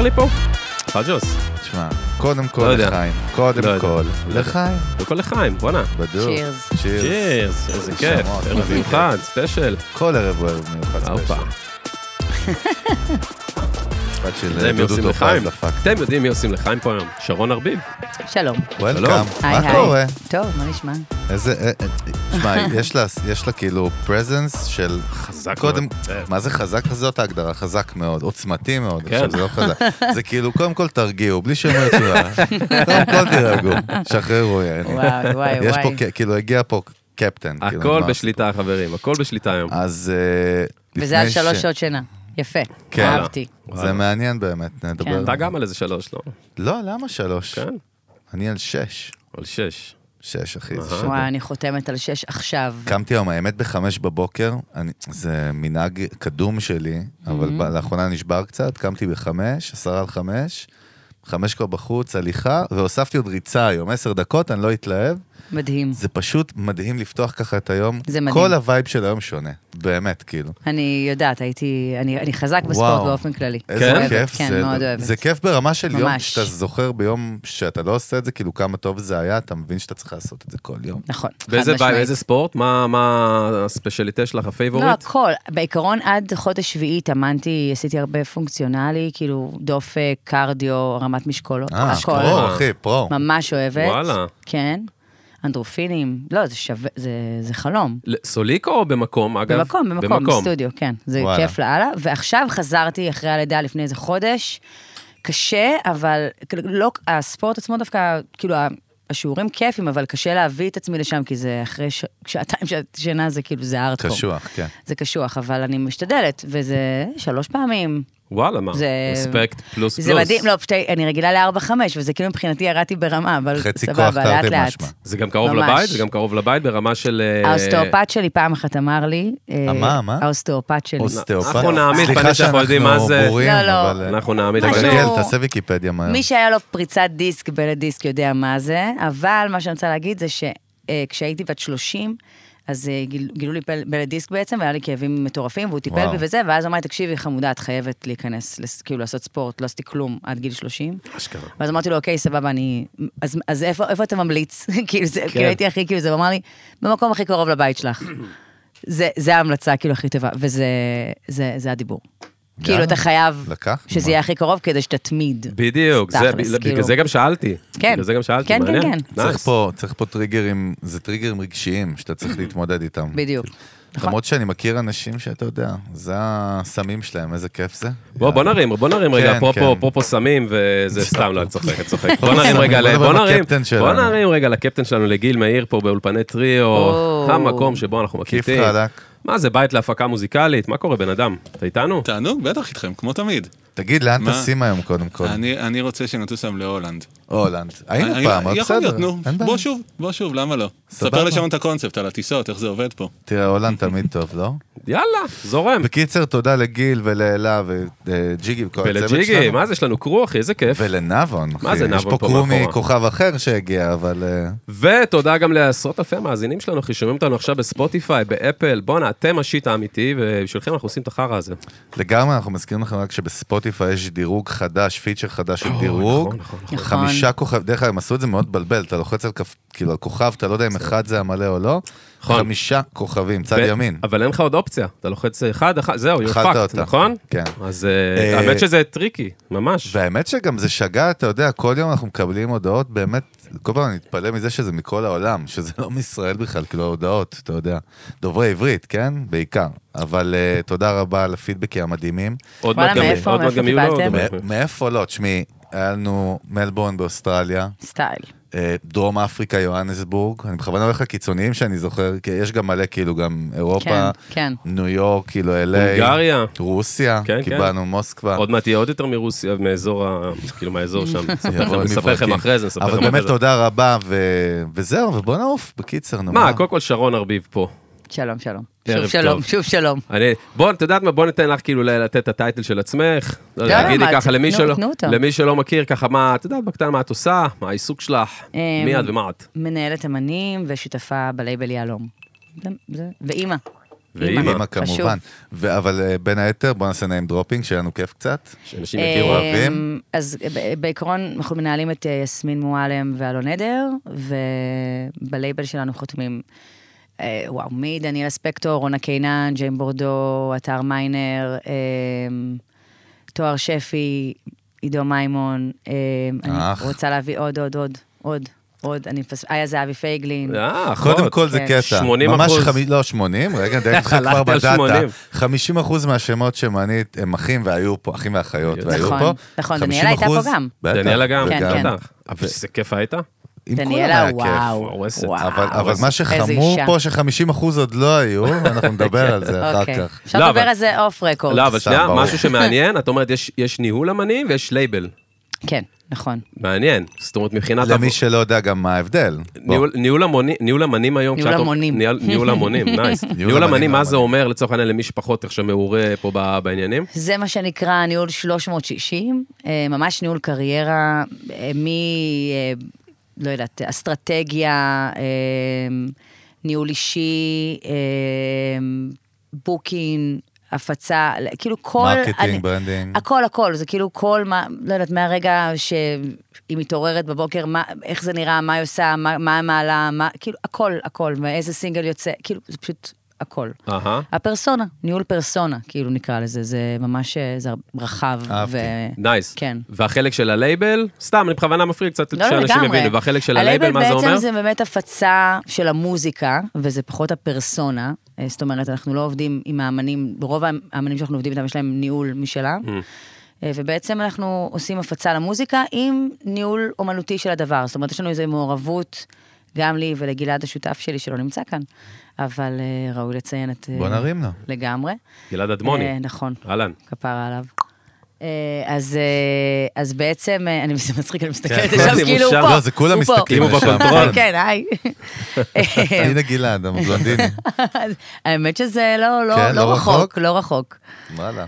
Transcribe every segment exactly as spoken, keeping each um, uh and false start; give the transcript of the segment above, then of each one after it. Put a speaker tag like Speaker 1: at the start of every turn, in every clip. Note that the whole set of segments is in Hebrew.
Speaker 1: לי פה? חג'וס.
Speaker 2: תשמע, קודם כל לחיים. קודם כל לחיים.
Speaker 1: קודם כל לחיים, בוא'נה.
Speaker 2: בדוק.
Speaker 3: צ'ירס.
Speaker 1: צ'ירס, איזה כיף. ערב מיוחד, ספיישל.
Speaker 2: כל ערב הוא ערב מיוחד ספיישל.
Speaker 1: אתם עושים לחיים? אתם יודעים מי עושים לחיים פה היום? שרון ארביב.
Speaker 3: שלום.
Speaker 2: וולקאם. מה קורה?
Speaker 3: טוב, מה נשמע?
Speaker 2: איזה, תשמע, יש לה כאילו פרזנס של
Speaker 1: חזק
Speaker 2: קודם, מה זה חזק? זאת ההגדרה, חזק מאוד, עוצמתי מאוד, עכשיו זה לא חזק. זה כאילו, קודם כל תרגיעו, בלי שאומר תשובה. קודם כל תירגעו, שחררו.
Speaker 3: וואי, וואי,
Speaker 2: יש פה, כאילו, הגיע פה קפטן.
Speaker 1: הכל בשליטה, חברים, הכל בשליטה היום.
Speaker 2: אז
Speaker 3: וזה על שלוש שעות שינה. יפה, אהבתי.
Speaker 2: זה מעניין באמת, נדבר.
Speaker 1: אתה גם על איזה שלוש, לא?
Speaker 2: לא, למה שלוש?
Speaker 1: כן.
Speaker 2: אני על שש.
Speaker 1: על שש.
Speaker 2: שש, אחי.
Speaker 3: וואי, אני חותמת על שש עכשיו.
Speaker 2: קמתי היום, האמת בחמש בבוקר, זה מנהג קדום שלי, אבל לאחרונה נשבר קצת, קמתי בחמש, עשרה על חמש, חמש כבר בחוץ, הליכה, והוספתי עוד ריצה היום, עשר דקות, אני לא אתלהב.
Speaker 3: מדהים.
Speaker 2: זה פשוט מדהים לפתוח ככה את היום.
Speaker 3: זה מדהים.
Speaker 2: כל הווייב של היום שונה, באמת, כאילו.
Speaker 3: אני יודעת, הייתי, אני, אני חזק בספורט באופן כללי.
Speaker 2: איזה כיף.
Speaker 3: כן,
Speaker 2: זה,
Speaker 3: מאוד אוהבת.
Speaker 2: זה כיף ברמה של
Speaker 3: ממש.
Speaker 2: יום, שאתה זוכר ביום שאתה לא עושה את זה, כאילו כמה טוב זה היה, אתה מבין שאתה צריך לעשות את זה כל יום.
Speaker 3: נכון.
Speaker 1: באיזה וייב, איזה ספורט? מה, מה הספיישליטה שלך, הפייבורית?
Speaker 3: לא, הכל. בעיקרון, עד חודש שביעי התאמנתי, עשיתי הרבה פונקציונלי, כאילו דופק, קרדיו, רמת משקולות.
Speaker 2: אה, פרו, אחי, פרו.
Speaker 3: ממש אוהבת.
Speaker 1: וואלה.
Speaker 3: כן. אנדרופינים, לא, זה שווה, זה, זה חלום.
Speaker 1: סוליקו או במקום, אגב?
Speaker 3: במקום, במקום, בסטודיו, כן. זה וואלה. כיף לאללה. ועכשיו חזרתי אחרי הלידה לפני איזה חודש, קשה, אבל לא, הספורט עצמו דווקא, כאילו, השיעורים כיפים, אבל קשה להביא את עצמי לשם, כי זה אחרי ש... שעתיים שינה, זה כאילו, זה ארטקום.
Speaker 2: קשוח, כן.
Speaker 3: זה קשוח, אבל אני משתדלת, וזה שלוש פעמים.
Speaker 1: וואלה, מה? אספקט פלוס פלוס.
Speaker 3: זה מדהים, לא, פשוט אני רגילה לארבע חמש, וזה כאילו מבחינתי ירדתי ברמה, אבל סבבה, לאט לאט.
Speaker 1: זה גם קרוב לבית? זה גם קרוב לבית ברמה של...
Speaker 3: האוסטאופט שלי פעם אחת אמר לי...
Speaker 2: מה, מה?
Speaker 3: האוסטאופט שלי.
Speaker 1: אנחנו נעמיד פנים שאנחנו יודעים מה זה.
Speaker 3: לא, לא.
Speaker 1: אנחנו נעמיד
Speaker 2: פנים. תגל, תעשה ויקיפדיה מהר.
Speaker 3: מי שהיה לו פריצת דיסק בלדיסק יודע מה זה, אבל מה שאני רוצה להגיד זה שכשהייתי בת שלושים, אז גילו לי בלדיסק בעצם, והיה לי כאבים מטורפים, והוא טיפל בי וזה, ואז אמרתי, תקשיבי, חמודה, את חייבת להיכנס, כאילו לעשות ספורט, לא עשיתי כלום עד גיל שלושים. ואז אמרתי לו, אוקיי, סבבה, אני... אז איפה אתה ממליץ? כאילו הייתי הכי, כאילו, זה אמר לי, במקום הכי קרוב לבית שלך. זה ההמלצה, כאילו, הכי טובה, וזה הדיבור. כאילו, אתה חייב שזה יהיה הכי קרוב כדי שתתמיד.
Speaker 1: בדיוק, בגלל זה גם שאלתי.
Speaker 3: כן,
Speaker 1: בגלל זה גם שאלתי,
Speaker 3: כן, כן, כן.
Speaker 2: צריך פה טריגרים, זה טריגרים רגשיים שאתה צריך להתמודד איתם.
Speaker 3: בדיוק.
Speaker 2: למרות שאני מכיר אנשים שאתה יודע, זה הסמים שלהם, איזה כיף זה.
Speaker 1: בוא, בוא נרים, בוא נרים רגע, פרופו סמים, וזה סתם, לא, צוחק, צוחק. בוא נרים רגע, בוא נרים, בוא נרים רגע לקפטן שלנו, לגיל מאיר פה באולפני טריו, המקום שבו אנחנו מקליטים.
Speaker 2: כיף חלק.
Speaker 1: מה זה, בית להפקה מוזיקלית? מה קורה, בן אדם? אתה איתנו?
Speaker 4: תענוג, בטח איתכם, כמו תמיד.
Speaker 2: תגיד, לאן תשים היום קודם כל?
Speaker 4: אני רוצה שנטוס היום להולנד.
Speaker 2: הולנד. היינו פעם, אבל בסדר.
Speaker 4: יכול להיות, נו. בוא שוב, בוא שוב, למה לא? ספר לשם את הקונספט על הטיסות, איך זה עובד פה.
Speaker 2: תראה, הולנד תמיד טוב, לא?
Speaker 1: יאללה, זורם.
Speaker 2: בקיצר, תודה לגיל ולאלה וג'יגי וכל הצוות שלנו.
Speaker 1: ולג'יגי, מה זה, יש לנו קרו, אחי, איזה כיף.
Speaker 2: ולנבון,
Speaker 1: מה זה נבון
Speaker 2: יש פה קרו מכוכב אחר שהגיע, אבל... ותודה
Speaker 1: גם לעשרות אלפי מאזינים שלנו, אחי, שומעים אותנו עכשיו בספוטיפיי, באפל, בואנה, אתם השיט האמיתי, ובשבילכם אנחנו עושים את החרא הזה.
Speaker 2: לגמרי, אנחנו מזכירים לכם רק שבספוטיפיי יש דירוג חדש, פיצ'ר חדש של דירוג. חמישה כוכב, דרך כלל הם עשו את זה מאוד בלבל, אתה לוחץ על כוכב, אתה לא יודע אם אחד זה המלא או לא. חמישה כוכבים, צד ימין.
Speaker 1: אבל אין לך עוד אופציה, אתה לוחץ אחד, זהו, you're fucked, נכון?
Speaker 2: כן.
Speaker 1: אז האמת שזה טריקי, ממש.
Speaker 2: והאמת שגם זה שגע, אתה יודע, כל יום אנחנו מקבלים הודעות, באמת, כל פעם אני מתפלא מזה שזה מכל העולם, שזה לא מישראל בכלל, כאילו ההודעות, אתה יודע, דוברי עברית, כן? בעיקר. אבל תודה רבה על הפידבקים המדהימים.
Speaker 1: עוד גם יהיו לו.
Speaker 2: מאיפה לא, תשמעי, היה לנו מלבורן באוסטרליה.
Speaker 3: סטייל.
Speaker 2: דרום אפריקה, יוהנסבורג, אני בכוונה הולך לקיצוניים שאני זוכר, כי יש גם מלא כאילו גם אירופה, ניו יורק, כאילו אלה,
Speaker 1: הונגריה,
Speaker 2: רוסיה, קיבלנו מוסקבה.
Speaker 1: עוד מעט יהיה עוד יותר מרוסיה, מאזור, כאילו מהאזור שם, נספר לכם אחרי זה, נספר לכם אחרי זה.
Speaker 2: אבל באמת תודה רבה, וזהו, ובוא נעוף בקיצר.
Speaker 1: מה, קודם כל שרון ארביב פה.
Speaker 3: שלום, שלום. שוב שלום, שוב שלום.
Speaker 1: בוא, אתה יודעת מה, בוא ניתן לך כאילו לתת את הטייטל של עצמך. תגידי ככה, למי שלא מכיר, ככה מה, אתה יודעת, בקטן מה את עושה, מה העיסוק שלך, מיד ומה את.
Speaker 3: מנהלת אמנים ושותפה בלייבל יהלום. ואימא.
Speaker 2: ואימא כמובן. אבל בין היתר, בוא נעשה נעים דרופינג, שיהיה לנו כיף קצת.
Speaker 1: שאנשים יכירו אוהבים.
Speaker 3: אז בעיקרון, אנחנו מנהלים את יסמין מועלם ואלון עדר, ובלייבל שלנו חותמים, וואו, מי, דניאל ספקטור, רונה קיינן, ג'יים בורדו, אתר מיינר, תואר שפי, עידו מימון, אני רוצה להביא עוד, עוד, עוד, עוד. עוד, אני פס... היה זהבי פייגלין.
Speaker 2: קודם כל זה קטע.
Speaker 1: שמונים אחוז.
Speaker 2: לא, שמונים, רגע, די איתך כבר בדאטה. חמישים אחוז מהשמות שמנית הם אחים והיו פה, אחים ואחיות והיו פה.
Speaker 3: נכון, דניאלה הייתה פה גם.
Speaker 1: דניאלה גם, בטח. אבל זה כיף הייתה?
Speaker 3: דניאלה, וואו.
Speaker 2: אבל מה שחמור פה, ש-חמישים אחוז עוד לא היו, אנחנו נדבר על זה אחר כך.
Speaker 3: אפשר לדבר על זה אוף רקורד.
Speaker 1: לא, אבל שנייה, משהו שמעניין, את אומרת, יש ניהול אמנים ויש לייבל.
Speaker 3: כן, נכון.
Speaker 1: מעניין, זאת אומרת מבחינת...
Speaker 2: למי שלא יודע גם מה ההבדל.
Speaker 1: ניהול אמנים היום...
Speaker 3: ניהול המונים.
Speaker 1: ניהול המונים, נייס. ניהול אמנים, מה זה אומר לצורך העניין למי שפחות איך שמעורה פה בעניינים?
Speaker 3: זה מה שנקרא ניהול שלוש מאות שישים, ממש ניהול קריירה, מ... לא יודעת, אסטרטגיה, ניהול אישי, בוקין, הפצה, כאילו כל...
Speaker 2: מרקטינג, ברנדינג.
Speaker 3: הכל, הכל, זה כאילו כל, מה, לא יודעת, מהרגע שהיא מתעוררת בבוקר, מה, איך זה נראה, מה היא עושה, מה, מה המעלה, מה, כאילו, הכל, הכל, מאיזה סינגל יוצא, כאילו, זה פשוט הכל.
Speaker 1: Uh-huh.
Speaker 3: הפרסונה, ניהול פרסונה, כאילו נקרא לזה, זה ממש, זה רחב.
Speaker 1: אהבתי. נייס.
Speaker 3: כן.
Speaker 1: והחלק של הלייבל, סתם, אני בכוונה מפריע קצת, לא, שאנשים מבינו, והחלק של הלייבל, מה זה אומר?
Speaker 3: הלייבל בעצם זה באמת הפצה של המוזיקה, וזה פחות הפרסונה, זאת אומרת, אנחנו לא עובדים עם האמנים, ברוב האמנים שאנחנו עובדים איתם, יש להם ניהול משלה, ובעצם אנחנו עושים הפצה למוזיקה עם ניהול אומנותי של הדבר, זאת אומרת, יש לנו איזו מעורבות, גם לי ולגלעד השותף שלי, שלא נמצא כאן, אבל ראוי לציין את...
Speaker 2: בוא נרים לו.
Speaker 3: לגמרי.
Speaker 1: גלעד אדמוני.
Speaker 3: נכון.
Speaker 1: אהלן.
Speaker 3: כפרה עליו. אז, אז בעצם, אני מצחיק, אני מסתכלת עכשיו, כאילו הוא פה.
Speaker 2: לא, זה כולם מסתכלים לשם.
Speaker 3: כן, היי.
Speaker 2: הנה גלעד, הבלונדיני.
Speaker 3: האמת שזה לא רחוק, לא רחוק.
Speaker 2: וואלה.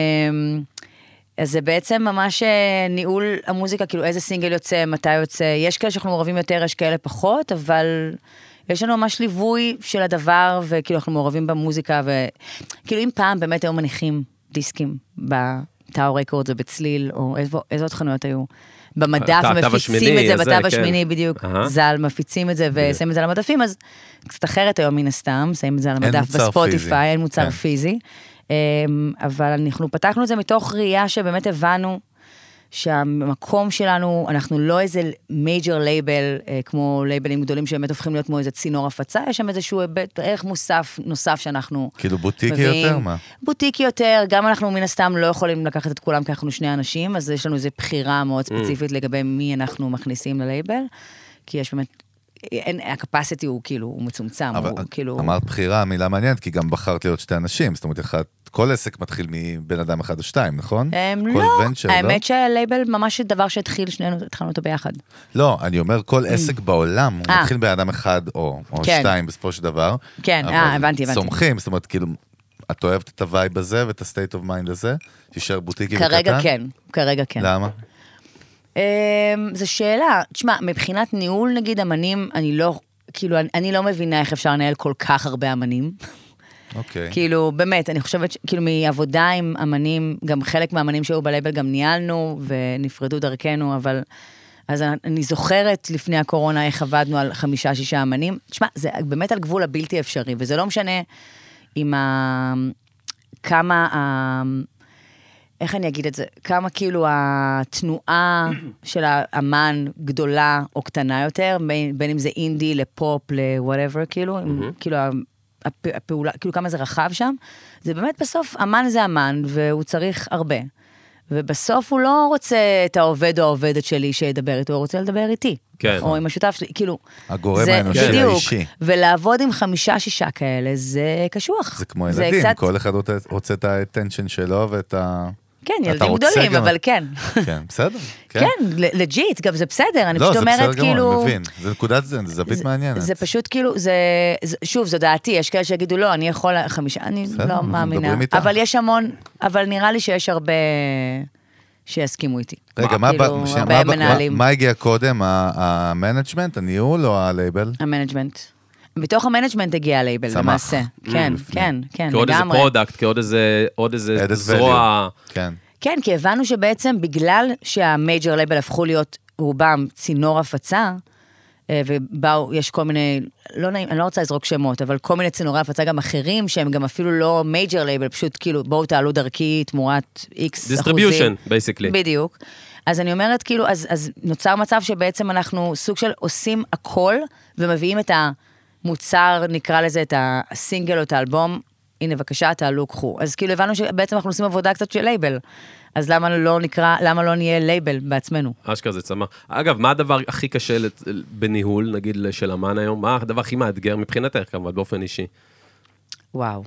Speaker 3: אז זה בעצם ממש ניהול המוזיקה, כאילו איזה סינגל יוצא, מתי יוצא, יש כאלה שאנחנו מעורבים יותר, יש כאלה פחות, אבל יש לנו ממש ליווי של הדבר, וכאילו אנחנו מעורבים במוזיקה, וכאילו אם פעם באמת היו מניחים דיסקים בטאו רקורד ובצליל, או איזה עוד חנויות היו, במדף מפיצים את זה, בתו השמיני בדיוק, זל מפיצים את זה, ושמים את זה על המדפים, אז קצת אחרת היום מן הסתם, שמים את זה על המדף בספוטיפיי, אין מוצר פיזי, אבל אנחנו פתחנו את זה מתוך ראייה שבאמת הבנו שהמקום שלנו, אנחנו לא איזה מייג'ר לייבל, כמו לייבלים גדולים שבאמת הופכים להיות כמו איזה צינור הפצה, יש שם איזשהו ערך מוסף נוסף שאנחנו
Speaker 2: כאילו בוטיקי יותר, מה?
Speaker 3: בוטיקי יותר, גם אנחנו מן הסתם לא יכולים לקחת את כולם, כי אנחנו שני אנשים, אז יש לנו איזו בחירה מאוד ספציפית לגבי מי אנחנו מכניסים ללייבל, כי יש באמת, הקפסיטי הוא כאילו, הוא מצומצם, הוא כאילו...
Speaker 2: אמרת בחירה, מילה מעניינת, כי גם בחרת להיות שתי אנשים, זאת אומרת, אחד, כל עסק מתחיל מבן אדם אחד או שתיים, נכון?
Speaker 3: לא, האמת שהלייבל ממש דבר שהתחיל, שנינו התחלנו אותו ביחד.
Speaker 2: לא, אני אומר, כל עסק בעולם, הוא מתחיל בן אדם אחד או שתיים בסופו של דבר.
Speaker 3: כן, הבנתי, הבנתי.
Speaker 2: סומכים, זאת אומרת, כאילו, את אוהבת את הווייב הזה ואת ה-state of mind הזה, שישאר בוטיקי וקטן?
Speaker 3: כרגע כן, כרגע כן.
Speaker 2: למה?
Speaker 3: זו שאלה, תשמע, מבחינת ניהול נגיד אמנים, אני לא, כאילו, אני לא מבינה איך אפשר לנהל כל כך הרבה אמנים.
Speaker 2: אוקיי.
Speaker 3: כאילו, באמת, אני חושבת, כאילו, מעבודה עם אמנים, גם חלק מהאמנים שהיו בלייבל גם ניהלנו, ונפרדו דרכנו, אבל, אז אני זוכרת לפני הקורונה איך עבדנו על חמישה, שישה אמנים. תשמע, זה באמת על גבול הבלתי אפשרי, וזה לא משנה עם ה... כמה ה... איך אני אגיד את זה? כמה כאילו התנועה של האמן גדולה או קטנה יותר, בין, בין אם זה אינדי לפופ, ל-whatever, כאילו, mm-hmm. כאילו, הפעולה, כאילו כמה זה רחב שם, זה באמת בסוף, אמן זה אמן, והוא צריך הרבה. ובסוף הוא לא רוצה את העובד או העובדת שלי שידבר איתו, הוא רוצה לדבר איתי.
Speaker 1: כן.
Speaker 3: או עם השותף שלי, כאילו...
Speaker 2: הגורם האנושי האישי.
Speaker 3: ולעבוד עם חמישה, שישה כאלה, זה קשוח.
Speaker 2: זה כמו ילדים, קצת... כל אחד רוצה את האטנשן שלו ואת ה...
Speaker 3: כן, ילדים גדולים, אבל כן.
Speaker 2: כן, בסדר.
Speaker 3: כן, לג'יט, גם זה בסדר, אני פשוט אומרת כאילו...
Speaker 2: לא, זה בסדר גמור, אני מבין. זה נקודת זה, זה זווית מעניינת.
Speaker 3: זה פשוט כאילו, זה... שוב, זו דעתי, יש כאלה שיגידו, לא, אני יכול חמישה, אני לא מאמינה. אבל יש המון, אבל נראה לי שיש הרבה שיסכימו איתי.
Speaker 2: רגע, מה הגיע קודם, המנג'מנט, הניהול או הלייבל?
Speaker 3: המנג'מנט. בתוך המנג'מנט הגיע הלייבל, למעשה. כן, כן, כן, לגמרי.
Speaker 1: כעוד איזה פרודקט, כעוד איזה זרוע.
Speaker 2: כן.
Speaker 3: כן, כי הבנו שבעצם בגלל שהמייג'ר לייבל הפכו להיות רובם צינור הפצה, ובאו, יש כל מיני, לא נעים, אני לא רוצה לזרוק שמות, אבל כל מיני צינורי הפצה גם אחרים, שהם גם אפילו לא מייג'ר לייבל, פשוט כאילו, בואו תעלו דרכי תמורת איקס אחוזים.
Speaker 1: Distribution, basically.
Speaker 3: בדיוק. אז אני אומרת, כאילו, אז, אז נוצר מצב שבעצם אנחנו סוג של עושים הכל, ומביאים את המוצר, נקרא לזה, את הסינגל או את האלבום, הנה, בבקשה, תעלו, קחו. אז כאילו, הבנו שבעצם אנחנו עושים עבודה קצת של לייבל. אז למה לא נקרא, למה לא נהיה לייבל בעצמנו?
Speaker 1: אשכרה זה צמח. אגב, מה הדבר הכי קשה בניהול, נגיד, של אמן היום? מה הדבר הכי מאתגר מבחינתך, כמובן, באופן אישי?
Speaker 3: וואו.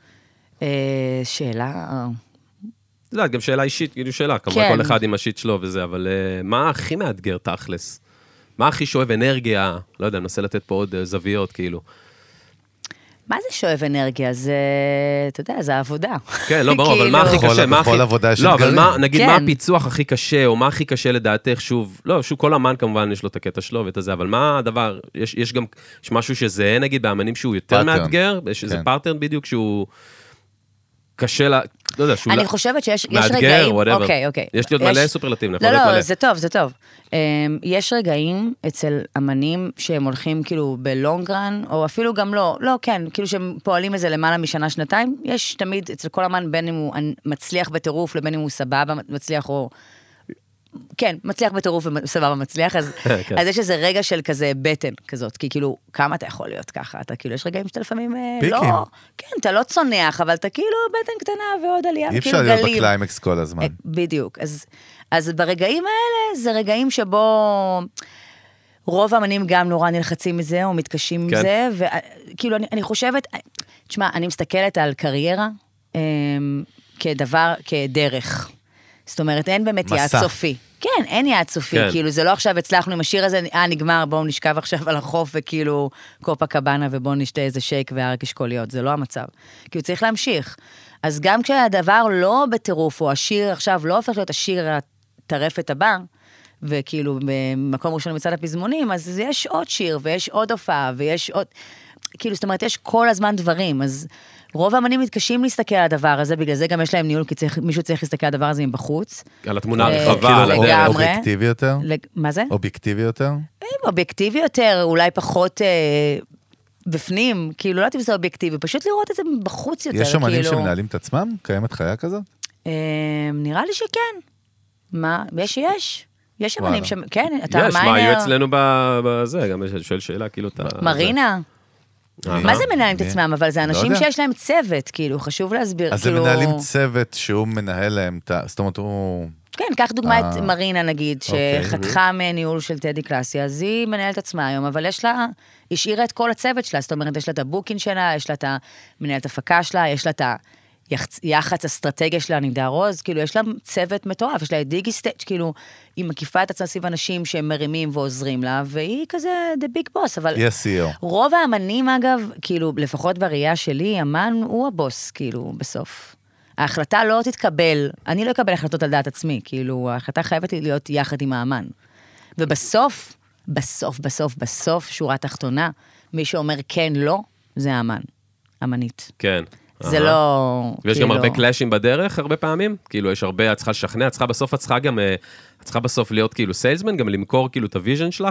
Speaker 3: שאלה...
Speaker 1: לא, גם שאלה אישית, כאילו שאלה, כמובן, כל אחד עם השיט שלו וזה, אבל מה הכי מאתגר תכלס? מה הכי שואב אנרגיה? לא יודע, ננסה לתת פה עוד זוויות, כאילו.
Speaker 3: מה זה שואב אנרגיה? זה, אתה יודע, זה העבודה.
Speaker 1: כן, לא ברור, אבל מה הכי קשה?
Speaker 2: בכל עבודה יש
Speaker 1: אתגרים. לא, אבל נגיד, מה הפיצוח הכי קשה, או מה הכי קשה לדעתך, שוב, לא, שוב, כל אמן כמובן יש לו את הקטע שלו ואת הזה, אבל מה הדבר, יש גם, יש משהו שזה, נגיד, באמנים שהוא יותר מאתגר, יש איזה פרטרן בדיוק שהוא קשה לה, לא יודע, שהוא
Speaker 3: אני חושבת שיש
Speaker 1: מאתגר,
Speaker 3: רגעים,
Speaker 1: whatever.
Speaker 3: אוקיי, אוקיי.
Speaker 1: יש לי עוד מלא סופרלטיבים,
Speaker 3: לא, לא, זה טוב, זה טוב. יש רגעים אצל אמנים שהם הולכים כאילו בלונגרן, או אפילו גם לא, לא, כן, כאילו שהם פועלים איזה למעלה משנה, שנתיים, יש תמיד אצל כל אמן בין אם הוא מצליח בטירוף, לבין אם הוא סבבה מצליח, או... כן, מצליח בטירוף וסבבה מצליח, אז, אז יש איזה רגע של כזה בטן כזאת, כי כאילו, כמה אתה יכול להיות ככה? אתה כאילו, יש רגעים שאתה לפעמים לא... כן, אתה לא צונח, אבל אתה כאילו בטן קטנה ועוד עלייה,
Speaker 2: אי אפשר להיות בקליימקס כל הזמן.
Speaker 3: בדיוק, אז, אז ברגעים האלה, זה רגעים שבו רוב האמנים גם נורא נלחצים מזה, או מתקשים כן. מזה, וכאילו, אני, אני חושבת, תשמע, אני מסתכלת על קריירה, אה, כדבר, כדרך. זאת אומרת, אין באמת יעד סופי. כן, אין יעד סופי, כן. כאילו, זה לא עכשיו הצלחנו עם השיר הזה, אה, נגמר, בואו נשכב עכשיו על החוף, וכאילו, קופה קבנה, ובואו נשתה איזה שייק וערק אשכוליות, זה לא המצב. כאילו, צריך להמשיך. אז גם כשהדבר לא בטירוף, או השיר עכשיו לא הופך להיות השיר הטרפת הבא, וכאילו, במקום ראשון מצד הפזמונים, אז יש עוד שיר, ויש עוד הופעה, ויש עוד... כאילו, זאת אומרת, יש כל הזמן דברים, אז... רוב האמנים מתקשים להסתכל על הדבר הזה, בגלל זה גם יש להם ניהול, כי צריך, מישהו צריך להסתכל על הדבר הזה מבחוץ.
Speaker 1: על התמונה הרחבה, על הדרך.
Speaker 2: אובייקטיבי יותר?
Speaker 3: מה זה?
Speaker 2: אובייקטיבי יותר?
Speaker 3: אובייקטיבי יותר, אולי פחות בפנים, כאילו, לא יודעת אם זה אובייקטיבי, פשוט לראות את זה בחוץ יותר.
Speaker 2: יש אמנים שמנהלים את עצמם? קיימת חיה כזאת?
Speaker 3: נראה לי שכן. מה? יש, יש. יש אמנים ש... כן, אתה
Speaker 1: מיינר... יש, מה, היו אצלנו בזה, גם שואל שאלה, כאילו, אתה...
Speaker 3: מרינה. מה זה מנהלים את עצמם? אבל זה אנשים שיש להם צוות, כאילו, חשוב להסביר.
Speaker 2: אז הם מנהלים צוות שהוא מנהל להם, זאת אומרת, הוא...
Speaker 3: כן, קח דוגמא את מרינה, נגיד, שחתכה מניהול של טדי קלאסי, אז היא מנהלת עצמה היום, אבל יש לה, השאירה את כל הצוות שלה, זאת אומרת, יש לה את הבוקין שלה, יש לה את המנהלת הפקה שלה, יש לה את היח"צ אסטרטגיה שלה, נידה רוז, כאילו, יש לה צוות מטורף, יש לה את דיגי סטייג', כאילו, היא מקיפה את עצמה סביב אנשים שהם מרימים ועוזרים לה, והיא כזה the big boss, אבל...
Speaker 2: היא ה-סי אי או.
Speaker 3: רוב האמנים, אגב, כאילו, לפחות בראייה שלי, אמן הוא הבוס, כאילו, בסוף. ההחלטה לא תתקבל, אני לא אקבל החלטות על דעת עצמי, כאילו, ההחלטה חייבת להיות יחד עם האמן. ובסוף, בסוף, בסוף, בסוף, שורה תחתונה, מי שאומר כן, לא, זה האמן, אמנית.
Speaker 1: כן.
Speaker 3: זה לא...
Speaker 1: ויש גם הרבה קלאשים בדרך, הרבה פעמים, כאילו, יש הרבה, את צריכה לשכנע, את צריכה בסוף, את צריכה גם, את צריכה בסוף להיות כאילו סיילסמן, גם למכור כאילו את הוויז'ן שלך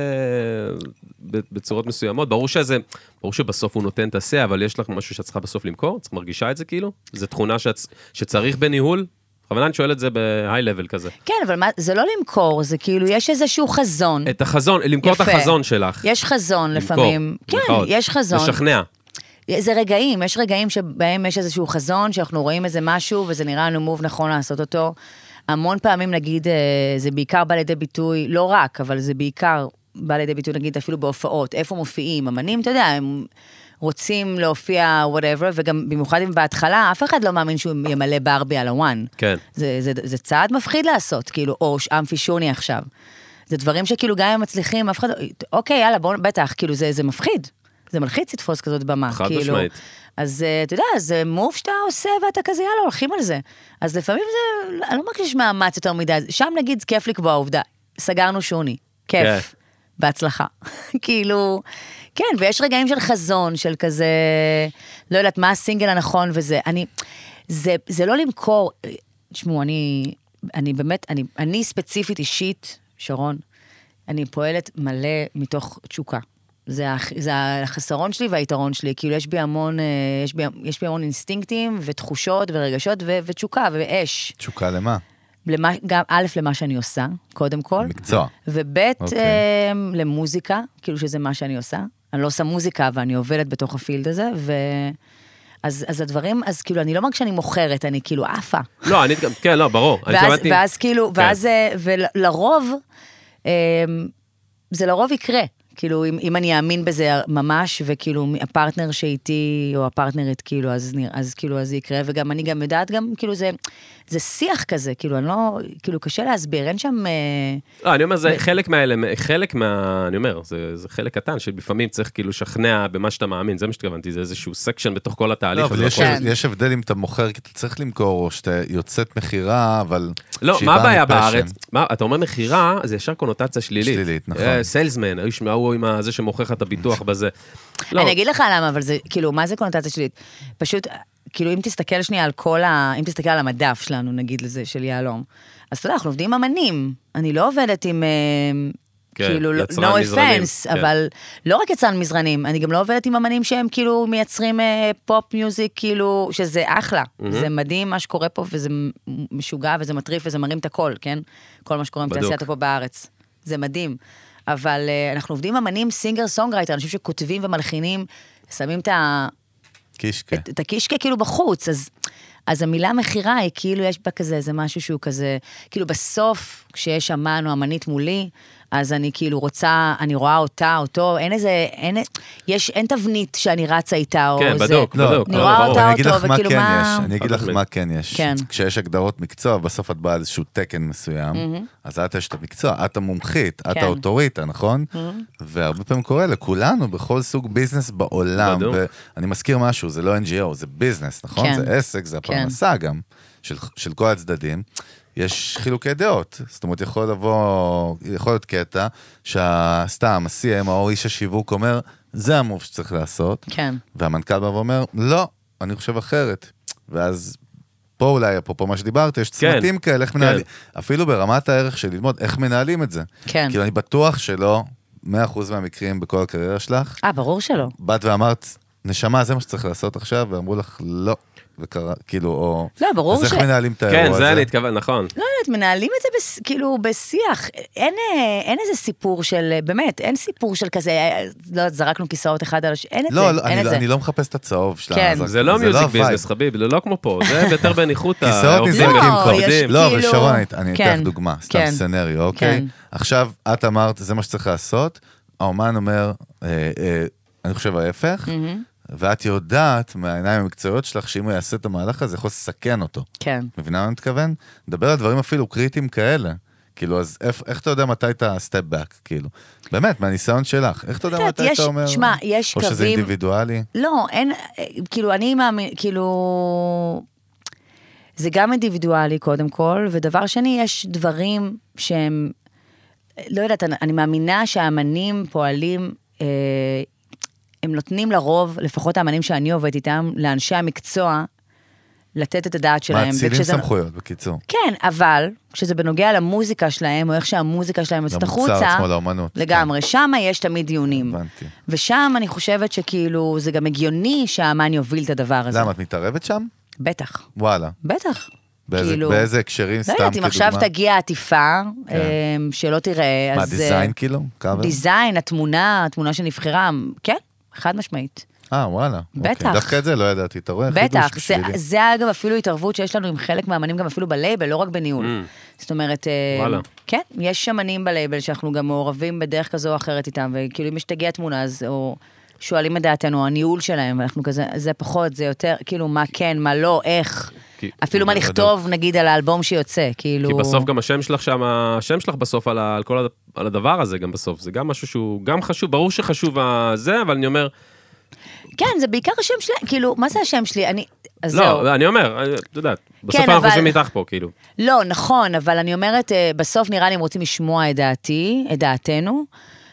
Speaker 1: בצורות מסוימות, ברור שזה, ברור שבסוף הוא נותן את הסה, אבל יש לך משהו שאת צריכה בסוף למכור, את מרגישה את זה כאילו? זו תכונה שצריך בניהול? בכוונה אני שואל את זה בהיי לבל כזה.
Speaker 3: כן, אבל מה, זה לא למכור, זה כאילו, יש איזשהו חזון.
Speaker 1: את החזון, למכור את החזון שלך.
Speaker 3: יש חזון לפעמים. כן, יש חזון.
Speaker 1: לשכנע.
Speaker 3: זה רגעים, יש רגעים שבהם יש איזשהו חזון, שאנחנו רואים איזה משהו, וזה נראה לנו מוב נכון לעשות אותו. המון פעמים, נגיד, זה בעיקר בא לידי ביטוי, לא רק, אבל זה בעיקר בא לידי ביטוי, נגיד, אפילו בהופעות, איפה מופיעים, אמנים, אתה יודע, הם רוצים להופיע whatever, וגם במיוחד אם בהתחלה, אף אחד לא מאמין שהוא ימלא ברבי על הוואן.
Speaker 1: כן.
Speaker 3: זה, זה, זה צעד מפחיד לעשות, כאילו, או אמפי שוני עכשיו. זה דברים שכאילו גם הם מצליחים, אף אחד, אוקיי, יאללה, בוא, בטח, כאילו, זה, זה מפחיד. זה מלחיץ לתפוס כזאת במה.
Speaker 1: חד
Speaker 3: כאילו.
Speaker 1: משמעית.
Speaker 3: אז אתה יודע, זה מוב שאתה עושה ואתה כזה, יאללה, הולכים על זה. אז לפעמים זה, אני לא מרגיש מאמץ יותר מדי, שם נגיד, כיף לקבוע עובדה, סגרנו שוני, כיף. בהצלחה. כאילו, כן, ויש רגעים של חזון, של כזה, לא יודעת מה הסינגל הנכון וזה, אני, זה, זה לא למכור, תשמעו, אני, אני באמת, אני, אני ספציפית אישית, שרון, אני פועלת מלא מתוך תשוקה. זה, זה החסרון שלי והיתרון שלי, כאילו יש בי המון, יש בי, יש בי המון אינסטינקטים ותחושות ורגשות ו, ותשוקה ואש.
Speaker 2: תשוקה למה?
Speaker 3: למה, גם א', למה שאני עושה, קודם כל.
Speaker 2: מקצוע.
Speaker 3: וב', okay. אה, למוזיקה, כאילו שזה מה שאני עושה. אני לא עושה מוזיקה, ואני עובדת בתוך הפילד הזה, ו... אז, אז הדברים, אז כאילו, אני לא מרגיש שאני מוכרת, אני כאילו עפה.
Speaker 1: לא, אני, כן, לא, ברור.
Speaker 3: ואז, שמעתי... ואז כאילו, כן. ואז, ולרוב, אה, זה לרוב יקרה. כאילו, אם, אם אני אאמין בזה ממש, וכאילו, הפרטנר שאיתי, או הפרטנרית, כאילו, אז, אז כאילו, אז זה יקרה, וגם אני גם יודעת, גם, כאילו, זה, זה שיח כזה, כאילו, אני לא, כאילו, קשה להסביר, אין שם...
Speaker 1: לא, אני אומר, זה חלק מהאלה, חלק מה, אני אומר, זה, זה חלק קטן, שלפעמים צריך, כאילו, לשכנע במה שאתה מאמין, זה מה שתכוונתי, זה איזשהו סקשן בתוך כל התהליך.
Speaker 2: לא, אבל יש, כן. יש הבדל אם אתה מוכר, כי אתה צריך למכור, או שאתה יוצאת מחירה, אבל...
Speaker 1: לא, מה הבעיה בארץ? מה, אתה אומר מחירה, זה ישר קונוטציה שלילית.
Speaker 2: שלילית, נכון.
Speaker 1: סיילסמן, הוא עם זה שמוכר לך את הביטוח בזה.
Speaker 3: אני אגיד לך למה, אבל זה, כאילו, מה זה קונוטציה שלילית? פשוט, כאילו, אם תסתכל שנייה על כל ה... אם תסתכל על המדף שלנו, נגיד לזה, של יעלום, אז אתה יודע, אנחנו עובדים עם אמנים. אני לא עובדת עם... כאילו, no offense, אבל לא רק יצרן מזרנים, אני גם לא עובדת עם אמנים שהם כאילו מייצרים פופ מיוזיק, כאילו, שזה אחלה. זה מדהים מה שקורה פה, וזה משוגע, וזה מטריף, וזה מרים את הכל, כן? כל מה שקורה עם תעשיית פה בארץ. זה מדהים. אבל uh, אנחנו עובדים אמנים, סינגר, סונגרייטר, אנשים שכותבים ומלחינים, שמים את ה...
Speaker 2: קישקה.
Speaker 3: את, את הקישקה כאילו בחוץ, אז, אז המילה מחירה היא כאילו יש בה כזה, זה משהו שהוא כזה, כאילו בסוף, כשיש אמן או אמנית מולי, אז אני כאילו רוצה, אני רואה אותה, אותו, אין איזה, אין, יש, אין תבנית שאני רצה איתה, או
Speaker 1: כן,
Speaker 3: זה.
Speaker 1: בדוק,
Speaker 2: לא,
Speaker 1: בדוק.
Speaker 3: אני רואה אותה,
Speaker 2: אני אגיד
Speaker 3: אותו,
Speaker 2: לך מה
Speaker 3: וכאילו
Speaker 2: כן
Speaker 3: מה...
Speaker 2: יש, אני אגיד לך מה כן יש.
Speaker 3: כן.
Speaker 2: כשיש הגדרות מקצוע, בסוף את באה איזשהו תקן מסוים, אז את יש את המקצוע, את המומחית, את האוטוריטה, נכון? והרבה פעמים קורה לכולנו, בכל סוג ביזנס בעולם, ואני מזכיר משהו, זה לא אן ג'י או, זה ביזנס, נכון? זה עסק, זה הפרנסה גם, של כל הצדדים. יש חילוקי דעות, זאת אומרת, יכול לבוא, יכול להיות קטע, שהסתם, ה-סי אם או איש השיווק אומר, זה המוב שצריך לעשות,
Speaker 3: כן.
Speaker 2: והמנכ"ל בא ואומר, לא, אני חושב אחרת. ואז פה אולי, אפרופו מה שדיברת, יש צמתים כן. כאלה, איך כן. מנהלים, אפילו ברמת הערך של ללמוד, איך מנהלים את זה. כן. כאילו אני בטוח שלא, מאה אחוז מהמקרים בכל הקריירה שלך.
Speaker 3: אה, ברור שלא.
Speaker 2: באת ואמרת, נשמה, זה מה שצריך לעשות עכשיו, ואמרו לך, לא. וקרה, כאילו, או...
Speaker 3: לא, ברור ש...
Speaker 2: אז איך מנהלים את האירוע הזה?
Speaker 1: כן, זה אני אתכוון, נכון.
Speaker 3: לא יודעת, מנהלים את זה בס... כאילו בשיח. אין, אין איזה סיפור של, באמת, אין סיפור של כזה, לא, זרקנו כיסאות אחד על השני, אין את
Speaker 2: לא,
Speaker 3: זה,
Speaker 2: לא,
Speaker 3: אין
Speaker 2: אני,
Speaker 3: את זה.
Speaker 2: אני לא מחפש את הצהוב שלה.
Speaker 3: כן.
Speaker 2: זה,
Speaker 1: זה לא מיוזיק ביזנס, חביב, זה לא כמו פה, זה יותר בניחותא.
Speaker 2: כיסאות נזרקים קורדים. לא, אבל
Speaker 3: כאילו...
Speaker 2: שרון, אני
Speaker 3: כן.
Speaker 2: אתך דוגמה, סתם
Speaker 3: כן.
Speaker 2: סנריו, אוקיי?
Speaker 3: כן.
Speaker 2: עכשיו, את אמרת, זה מה שצריך לעשות, האומן אומר, אה, אה, אני חושב ההפך, ואת יודעת מהעיניים המקצועיות שלך, שאם הוא יעשה את המהלך הזה, יכול לסכן אותו.
Speaker 3: כן.
Speaker 2: מבינה מה אני מתכוון? דבר על דברים אפילו קריטיים כאלה. כאילו, אז איך, איך אתה יודע מתי אתה סטפ בק, כאילו? באמת, מהניסיון שלך. איך אתה יודע מתי
Speaker 3: יש,
Speaker 2: אתה אומר?
Speaker 3: שמה, יש
Speaker 2: או
Speaker 3: קווים...
Speaker 2: שזה אינדיבידואלי?
Speaker 3: לא, אין, כאילו, אני מאמין, כאילו... זה גם אינדיבידואלי, קודם כל, ודבר שני, יש דברים שהם... לא יודעת, אני, אני מאמינה שהאמנים פועלים... אה, הם נותנים לרוב, לפחות האמנים שאני עובדת איתם, לאנשי המקצוע, לתת את הדעת שלהם.
Speaker 2: מאצילים
Speaker 3: וכשזה...
Speaker 2: סמכויות, בקיצור.
Speaker 3: כן, אבל, כשזה בנוגע למוזיקה שלהם, או איך שהמוזיקה שלהם יוצאת החוצה,
Speaker 2: למוצר עצמו, לאמנות.
Speaker 3: לגמרי, כן. שם יש תמיד דיונים.
Speaker 2: הבנתי.
Speaker 3: ושם אני חושבת שכאילו, זה גם הגיוני שהאמן יוביל את הדבר הזה.
Speaker 2: למה, את מתערבת שם?
Speaker 3: בטח.
Speaker 2: וואלה.
Speaker 3: בטח.
Speaker 2: באיזה,
Speaker 3: כאילו,
Speaker 2: באיזה הקשרים סתם
Speaker 3: כדוגמה? לא יודעת, אם עכשיו תגיע עטיפה, כן. שלא תראה,
Speaker 2: מה,
Speaker 3: אז...
Speaker 2: דיזיין כאילו?
Speaker 3: דיזיין, התמונה, התמונה שנבחרה, כן, חד משמעית.
Speaker 2: אה, וואלה.
Speaker 3: בטח.
Speaker 2: אוקיי. דווקא את זה לא ידעתי, אתה רואה?
Speaker 3: בטח, זה, זה אגב אפילו התערבות שיש לנו עם חלק מהאמנים, גם אפילו בלייבל, לא רק בניהול. Mm. זאת אומרת,
Speaker 1: וואלה.
Speaker 3: כן, יש אמנים בלייבל שאנחנו גם מעורבים בדרך כזו או אחרת איתם, וכאילו אם יש תגיע תמונה, אז, או שואלים את דעתנו, הניהול שלהם, ואנחנו כזה, זה פחות, זה יותר, כאילו, מה כן, מה לא, איך, כי, אפילו מה לכתוב, נגיד, על האלבום שיוצא, כאילו...
Speaker 1: כי בסוף גם השם שלך שם, השם שלך בסוף על, ה, על כל על הדבר הזה, גם בסוף, זה גם משהו שהוא גם חשוב, ברור שחשוב זה, אבל אני אומר...
Speaker 3: כן, זה בעיקר השם שלי, כאילו, מה זה השם שלי? אני... אז
Speaker 1: לא,
Speaker 3: זהו.
Speaker 1: אני אומר, אתה יודעת, בסוף
Speaker 3: כן,
Speaker 1: אנחנו
Speaker 3: אבל...
Speaker 1: חושבים איתך פה, כאילו.
Speaker 3: לא, נכון, אבל אני אומרת, בסוף נראה לי הם רוצים לשמוע את דעתי, את דעתנו,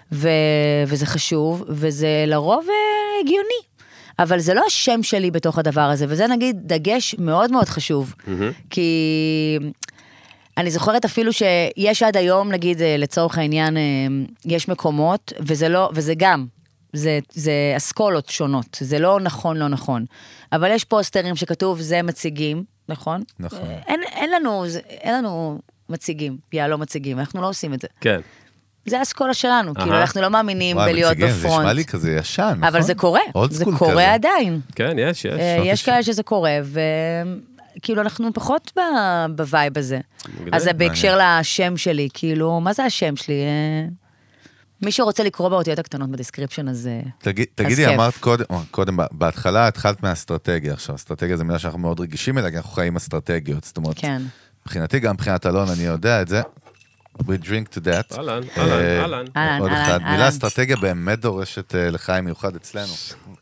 Speaker 3: וזה חשוב, וזה לרוב הגיוני. אבל זה לא השם שלי בתוך הדבר הזה, וזה נגיד דגש מאוד מאוד חשוב, כי אני זוכרת אפילו שיש עד היום, נגיד לצורך העניין, יש מקומות, וזה לא, וזה גם, זה, זה אסכולות שונות, זה לא נכון, לא נכון. אבל יש פוסטרים שכתוב, זה מציגים, נכון?
Speaker 2: נכון.
Speaker 3: אין, אין לנו, אין לנו מציגים, יא לא מציגים, אנחנו לא עושים את זה.
Speaker 1: כן.
Speaker 3: זה האסכולה שלנו, כאילו אנחנו לא מאמינים בלהיות בפרונט.
Speaker 2: זה נשמע לי כזה ישן, נכון?
Speaker 3: אבל זה קורה, זה קורה עדיין.
Speaker 1: כן, יש, יש.
Speaker 3: יש כאלה שזה קורה, וכאילו אנחנו פחות בווייב הזה. אז זה בהקשר לשם שלי, כאילו, מה זה השם שלי? מי שרוצה לקרוא באותיות הקטנות בדסקריפשן, אז כיף.
Speaker 2: תגידי, אמרת קודם, בהתחלה התחלת מהאסטרטגיה, עכשיו, אסטרטגיה זה מילה שאנחנו מאוד רגישים אליה, כי אנחנו חיים אסטרטגיות, זאת אומרת, מבחינתי, גם מבחינת אלון, אני יודע את זה, we drink to that.
Speaker 1: אהלן, אהלן,
Speaker 3: אהלן.
Speaker 2: עוד אחד. מילה אסטרטגיה באמת דורשת לחיים מיוחד אצלנו.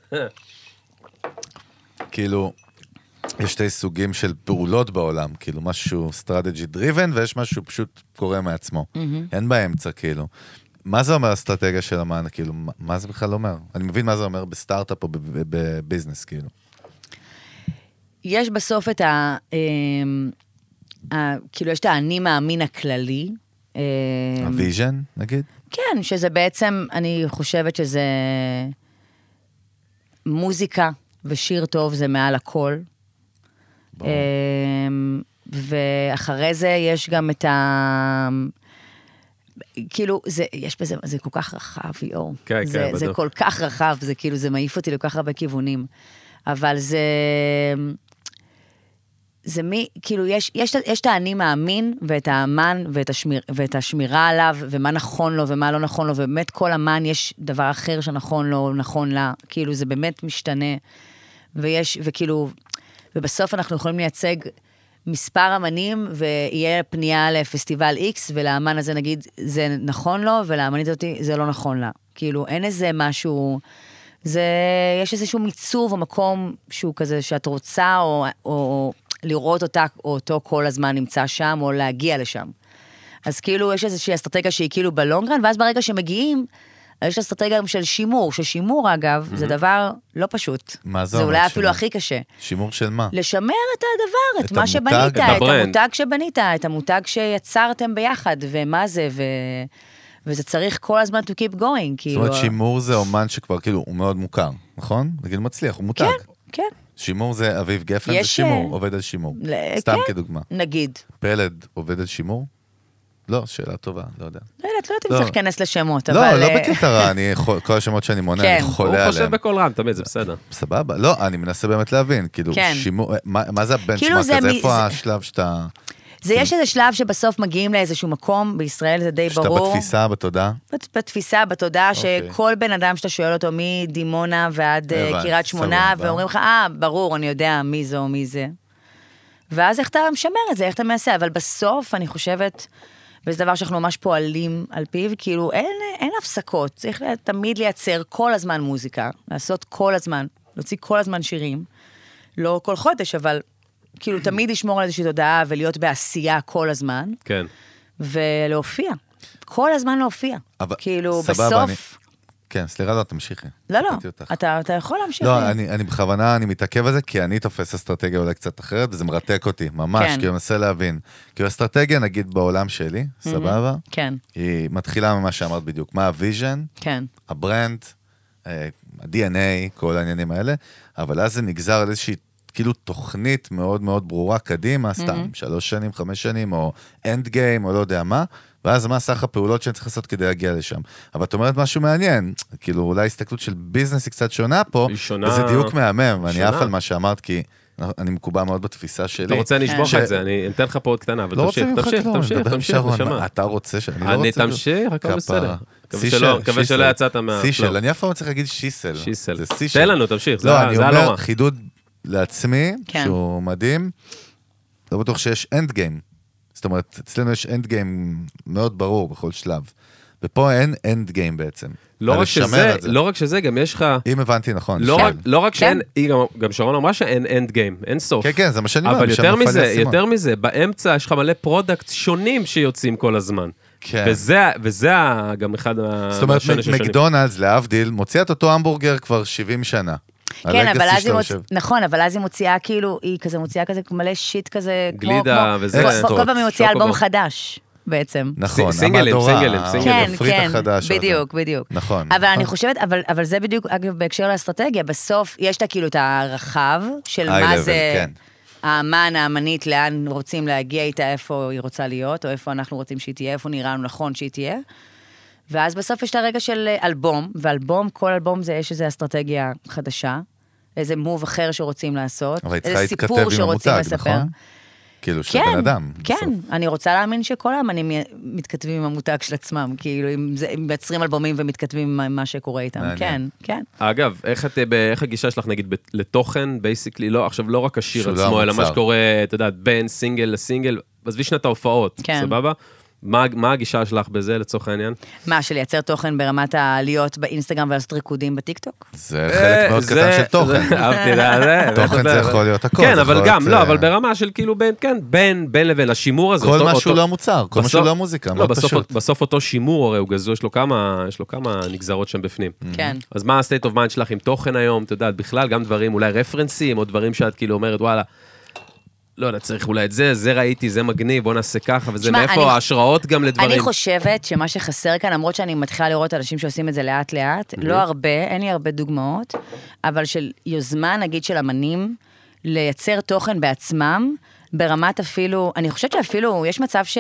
Speaker 2: כאילו, יש שתי סוגים של פעולות בעולם, כאילו משהו strategy driven, ויש משהו פשוט קורה מעצמו. אין באמצע, כאילו. מה זה אומר אסטרטגיה של אמן? כאילו, מה זה בכלל אומר? אני מבין מה זה אומר בסטארט-אפ או בביזנס, כאילו.
Speaker 3: יש בסוף את ה... כאילו, יש את האני מאמין הכללי,
Speaker 2: הוויז'ן, נגיד?
Speaker 3: כן, שזה בעצם, אני חושבת שזה מוזיקה ושיר טוב זה מעל הכל. ואחרי זה יש גם את ה... כאילו, זה, יש בזה, זה כל כך רחב, יור.
Speaker 1: כן,
Speaker 3: זה,
Speaker 1: כן,
Speaker 3: זה
Speaker 1: בדיוק.
Speaker 3: כל כך רחב, זה כאילו, זה מעיף אותי לכל כך הרבה כיוונים. אבל זה... זה מי, כאילו, יש, יש, יש את האני מאמין, ואת האמן, ואת, השמיר, ואת השמירה עליו, ומה נכון לו, ומה לא נכון לו, ובאמת כל אמן יש דבר אחר שנכון לו, נכון לה, כאילו, זה באמת משתנה, ויש, וכאילו, ובסוף אנחנו יכולים לייצג מספר אמנים, ויהיה פנייה לפסטיבל X, ולאמן הזה נגיד, זה נכון לו, ולאמנית אותי, זה לא נכון לה. כאילו, אין איזה משהו... זה, יש איזשהו מיצוב או מקום שהוא כזה שאת רוצה, או, או לראות אותה, או אותו כל הזמן נמצא שם, או להגיע לשם. אז כאילו, יש איזושהי אסטרטגיה שהיא כאילו בלונגרן, ואז ברגע שמגיעים, יש אסטרטגיה של שימור, ששימור אגב, זה דבר לא פשוט.
Speaker 2: מה זה
Speaker 3: זה
Speaker 2: אומר
Speaker 3: אולי אפילו
Speaker 2: שימור?
Speaker 3: הכי קשה.
Speaker 2: שימור של מה?
Speaker 3: לשמר את הדבר, את,
Speaker 2: את
Speaker 3: מה
Speaker 2: המותג,
Speaker 3: שבנית,
Speaker 2: את
Speaker 3: את
Speaker 1: הברנד.
Speaker 3: המותג שבנית, את המותג שיצרתם ביחד, ומה זה, ו... וזה צריך כל הזמן to keep going, כאילו...
Speaker 2: זאת אומרת, שימור זה אומן שכבר כאילו הוא מאוד מוכר, נכון? נגיד מצליח, הוא מותג.
Speaker 3: כן, כן.
Speaker 2: שימור זה אביב גפן, זה
Speaker 3: יש,
Speaker 2: שימור,
Speaker 3: אה,
Speaker 2: עובד על שימור.
Speaker 3: ל-
Speaker 2: סתם
Speaker 3: כן.
Speaker 2: כדוגמה.
Speaker 3: נגיד.
Speaker 2: פלד עובד על שימור? לא, שאלה טובה, לא יודע.
Speaker 3: לא יודעת, לא יודעת אם
Speaker 2: לא.
Speaker 3: צריך להיכנס לשמות,
Speaker 2: לא,
Speaker 3: אבל...
Speaker 2: לא
Speaker 3: אה,
Speaker 2: בקטע רע, אני, כל השמות שאני מונה,
Speaker 3: כן.
Speaker 2: אני חולה
Speaker 1: הוא
Speaker 2: עליהם.
Speaker 1: חושב בכל רם, תמיד, זה בסדר.
Speaker 2: סבבה, לא, אני מנסה באמת להבין, כאילו,
Speaker 3: כן.
Speaker 2: שימור, מה, מה זה
Speaker 3: כאילו
Speaker 2: הבנצ'מארק
Speaker 3: זה
Speaker 2: הזה?
Speaker 3: מ-
Speaker 2: איפה
Speaker 3: זה-
Speaker 2: השלב שאתה...
Speaker 3: זה יש איזה שלב שבסוף מגיעים לאיזשהו מקום, בישראל זה די
Speaker 2: שאתה
Speaker 3: ברור.
Speaker 2: בתפיסה, בתודעה?
Speaker 3: בת- בתפיסה, בתודעה,
Speaker 2: אוקיי.
Speaker 3: שכל בן אדם שאתה שואל אותו מדימונה ועד אה,
Speaker 2: הבנתי,
Speaker 3: קריית שמונה,
Speaker 2: סבבה.
Speaker 3: ואומרים לך, אה, ברור, אני יודע מי זה או מי זה. ואז איך אתה משמר את זה, איך אתה מעשה, אבל בסוף אני חושבת, וזה דבר שאנחנו ממש פועלים על פיו, כאילו אין, אין הפסקות, צריך תמיד לייצר כל הזמן מוזיקה, לעשות כל הזמן, להוציא כל הזמן שירים, לא כל חודש, אבל כאילו תמיד לשמור על איזושהי תודעה ולהיות בעשייה כל הזמן,
Speaker 1: כן.
Speaker 3: ולהופיע, כל הזמן להופיע.
Speaker 2: אבל-
Speaker 3: כאילו
Speaker 2: סבבה,
Speaker 3: בסוף...
Speaker 2: אני- כן, סליחה, לא, תמשיכי.
Speaker 3: לא, לא,
Speaker 2: קטעתי אותך.
Speaker 3: אתה, אתה יכול להמשיך.
Speaker 2: לא, אני, אני בכוונה, אני מתעכב על זה, כי אני תופס אסטרטגיה אולי קצת אחרת, וזה מרתק אותי, ממש,
Speaker 3: כן.
Speaker 2: כי אני מנסה להבין. כי אסטרטגיה, נגיד, בעולם שלי, סבבה?
Speaker 3: כן,
Speaker 2: היא מתחילה ממה שאמרת בדיוק. מה הוויז'ן,
Speaker 3: כן,
Speaker 2: הברנד, ה-די אן איי, כל העניינים האלה, אבל אז זה נגזר על איזושהי, כאילו, תוכנית מאוד מאוד ברורה קדימה, סתם, שלוש שנים, חמש שנים, או אנד גיים, או לא יודע מה, ואז מה סך הפעולות שאני צריך לעשות כדי להגיע לשם. אבל את אומרת משהו מעניין, כאילו אולי הסתכלות של ביזנס היא קצת שונה פה,
Speaker 1: היא שונה.
Speaker 2: וזה דיוק מהמם, ואני
Speaker 1: שונה.
Speaker 2: אף על מה שאמרת, כי אני מקובע מאוד בתפיסה שלי.
Speaker 1: אתה רוצה אני אשבור לך
Speaker 2: ש-
Speaker 1: את זה, אני אתן לך פה עוד קטנה, אבל
Speaker 2: לא רוצה
Speaker 1: תמשיך,
Speaker 2: ממך
Speaker 1: תמשיך,
Speaker 2: כלום,
Speaker 1: תמשיך,
Speaker 2: נדבר עם
Speaker 1: תמשיך,
Speaker 2: שרון,
Speaker 1: נשמה.
Speaker 2: מה, אתה רוצה שאני לא
Speaker 1: אני
Speaker 2: רוצה...
Speaker 1: תמשיך, הכל
Speaker 2: כפרה.
Speaker 1: בסדר. מקווה
Speaker 2: סישל,
Speaker 1: שלא- מקווה
Speaker 2: שיסל.
Speaker 1: שלא יצאת מהפלואו.
Speaker 2: סישל, אני אף פעם לא צריך להגיד שיסל.
Speaker 1: שיסל.
Speaker 2: זה סישל.
Speaker 1: תן לנו, תמשיך, זה
Speaker 2: לא,
Speaker 1: ה-
Speaker 2: אני
Speaker 1: זה הלא
Speaker 2: אומר
Speaker 1: רע.
Speaker 2: חידוד לעצמי,
Speaker 3: כן.
Speaker 2: שהוא מדהים, לא בטוח שיש אנד גיים. זאת אומרת, אצלנו יש אנד גיים מאוד ברור בכל שלב. ופה אין אנד גיים בעצם.
Speaker 1: לא
Speaker 2: על
Speaker 1: רק
Speaker 2: לשמר
Speaker 1: שזה,
Speaker 2: את זה.
Speaker 1: לא רק שזה, גם יש לך...
Speaker 2: אם הבנתי נכון.
Speaker 1: לא
Speaker 2: כן.
Speaker 1: רק- לא רק
Speaker 3: כן.
Speaker 1: שאין, היא גם- גם שרון אמרה שאין אנד גיים, אין סוף.
Speaker 2: כן, כן, זה מה שאני אומר.
Speaker 1: אבל
Speaker 2: משם
Speaker 1: יותר
Speaker 2: נפל לי
Speaker 1: מזה,
Speaker 2: האסימון.
Speaker 1: יותר מזה, באמצע יש לך מלא פרודקט שונים שיוצאים כל הזמן. וזה גם אחד מהשונה
Speaker 2: זאת אומרת, מקדונלדס, להבדיל, מוציאה את אותו המבורגר כבר שבעים שנה.
Speaker 3: כן, אבל אז היא מוציאה, נכון, אבל אז היא מוציאה כאילו, היא כזה מוציאה כזה מלא שיט כזה,
Speaker 1: גלידה וזה.
Speaker 3: כל פעם היא מוציאה אלבום חדש. בעצם.
Speaker 2: נכון,
Speaker 1: סינגלים, סינגלים, סינגלים.
Speaker 3: כן, כן, בדיוק, בדיוק.
Speaker 2: נכון.
Speaker 3: אבל אני חושבת, אבל זה בדיוק, אגב, בהקשר לאסטרטגיה, בסוף יש לה כאילו את הרחב של מה זה האמן, האמנית, לאן רוצים להגיע איתה, איפה היא רוצה להיות, או איפה אנחנו רוצים שהיא תהיה, איפה נראה לנו נכון שהיא תהיה. ואז בסוף יש את הרגע של אלבום, ואלבום, כל אלבום זה יש איזו אסטרטגיה חדשה, איזה מוב אחר שרוצים לעשות, איזה סיפור שרוצים לספר.
Speaker 2: כאילו, של בן אדם.
Speaker 3: כן, אני רוצה להאמין שכל האמנים מתכתבים עם המותג של עצמם, כאילו, אם מייצרים אלבומים ומתכתבים עם מה שקורה איתם. כן, כן.
Speaker 1: אגב, איך הגישה שלך, נגיד, לתוכן, בייסיקלי, לא, עכשיו, לא רק השיר עצמו, אלא מה שקורה, אתה יודע, בין סינגל לסינגל, עזבי שנת ההופעות, סבבה? מה הגישה שלך בזה, לצורך העניין?
Speaker 3: מה, של לייצר תוכן ברמת העליות באינסטגרם ולעשות ריקודים בטיקטוק?
Speaker 2: זה חלק מאוד קטן של תוכן.
Speaker 1: אהבתי, זה.
Speaker 2: תוכן זה יכול להיות הכל.
Speaker 1: כן, אבל גם, לא, אבל ברמה של כאילו בין, כן, בין, בין לבין השימור הזה.
Speaker 2: כל משהו לא מוצר, כל משהו לא מוזיקה, מאוד פשוט.
Speaker 1: בסוף אותו שימור, הרי הוא גזו, יש לו כמה, יש לו כמה נגזרות שם בפנים.
Speaker 3: כן.
Speaker 1: אז מה ה-state of mind שלך עם תוכן היום? אתה יודע, בכלל גם דברים, אולי רפרנסים, או דברים שאת כאילו אומרת, וואלה, לא יודע, צריך אולי את זה, זה ראיתי, זה מגניב, בוא נעשה ככה, וזה מאיפה ההשראות גם לדברים.
Speaker 3: אני חושבת שמה שחסר כאן, למרות שאני מתחילה לראות אנשים שעושים את זה לאט לאט, לא הרבה, אין לי הרבה דוגמאות, אבל של יוזמה, נגיד, של אמנים, לייצר תוכן בעצמם, ברמת אפילו, אני חושבת שאפילו, יש מצב ש...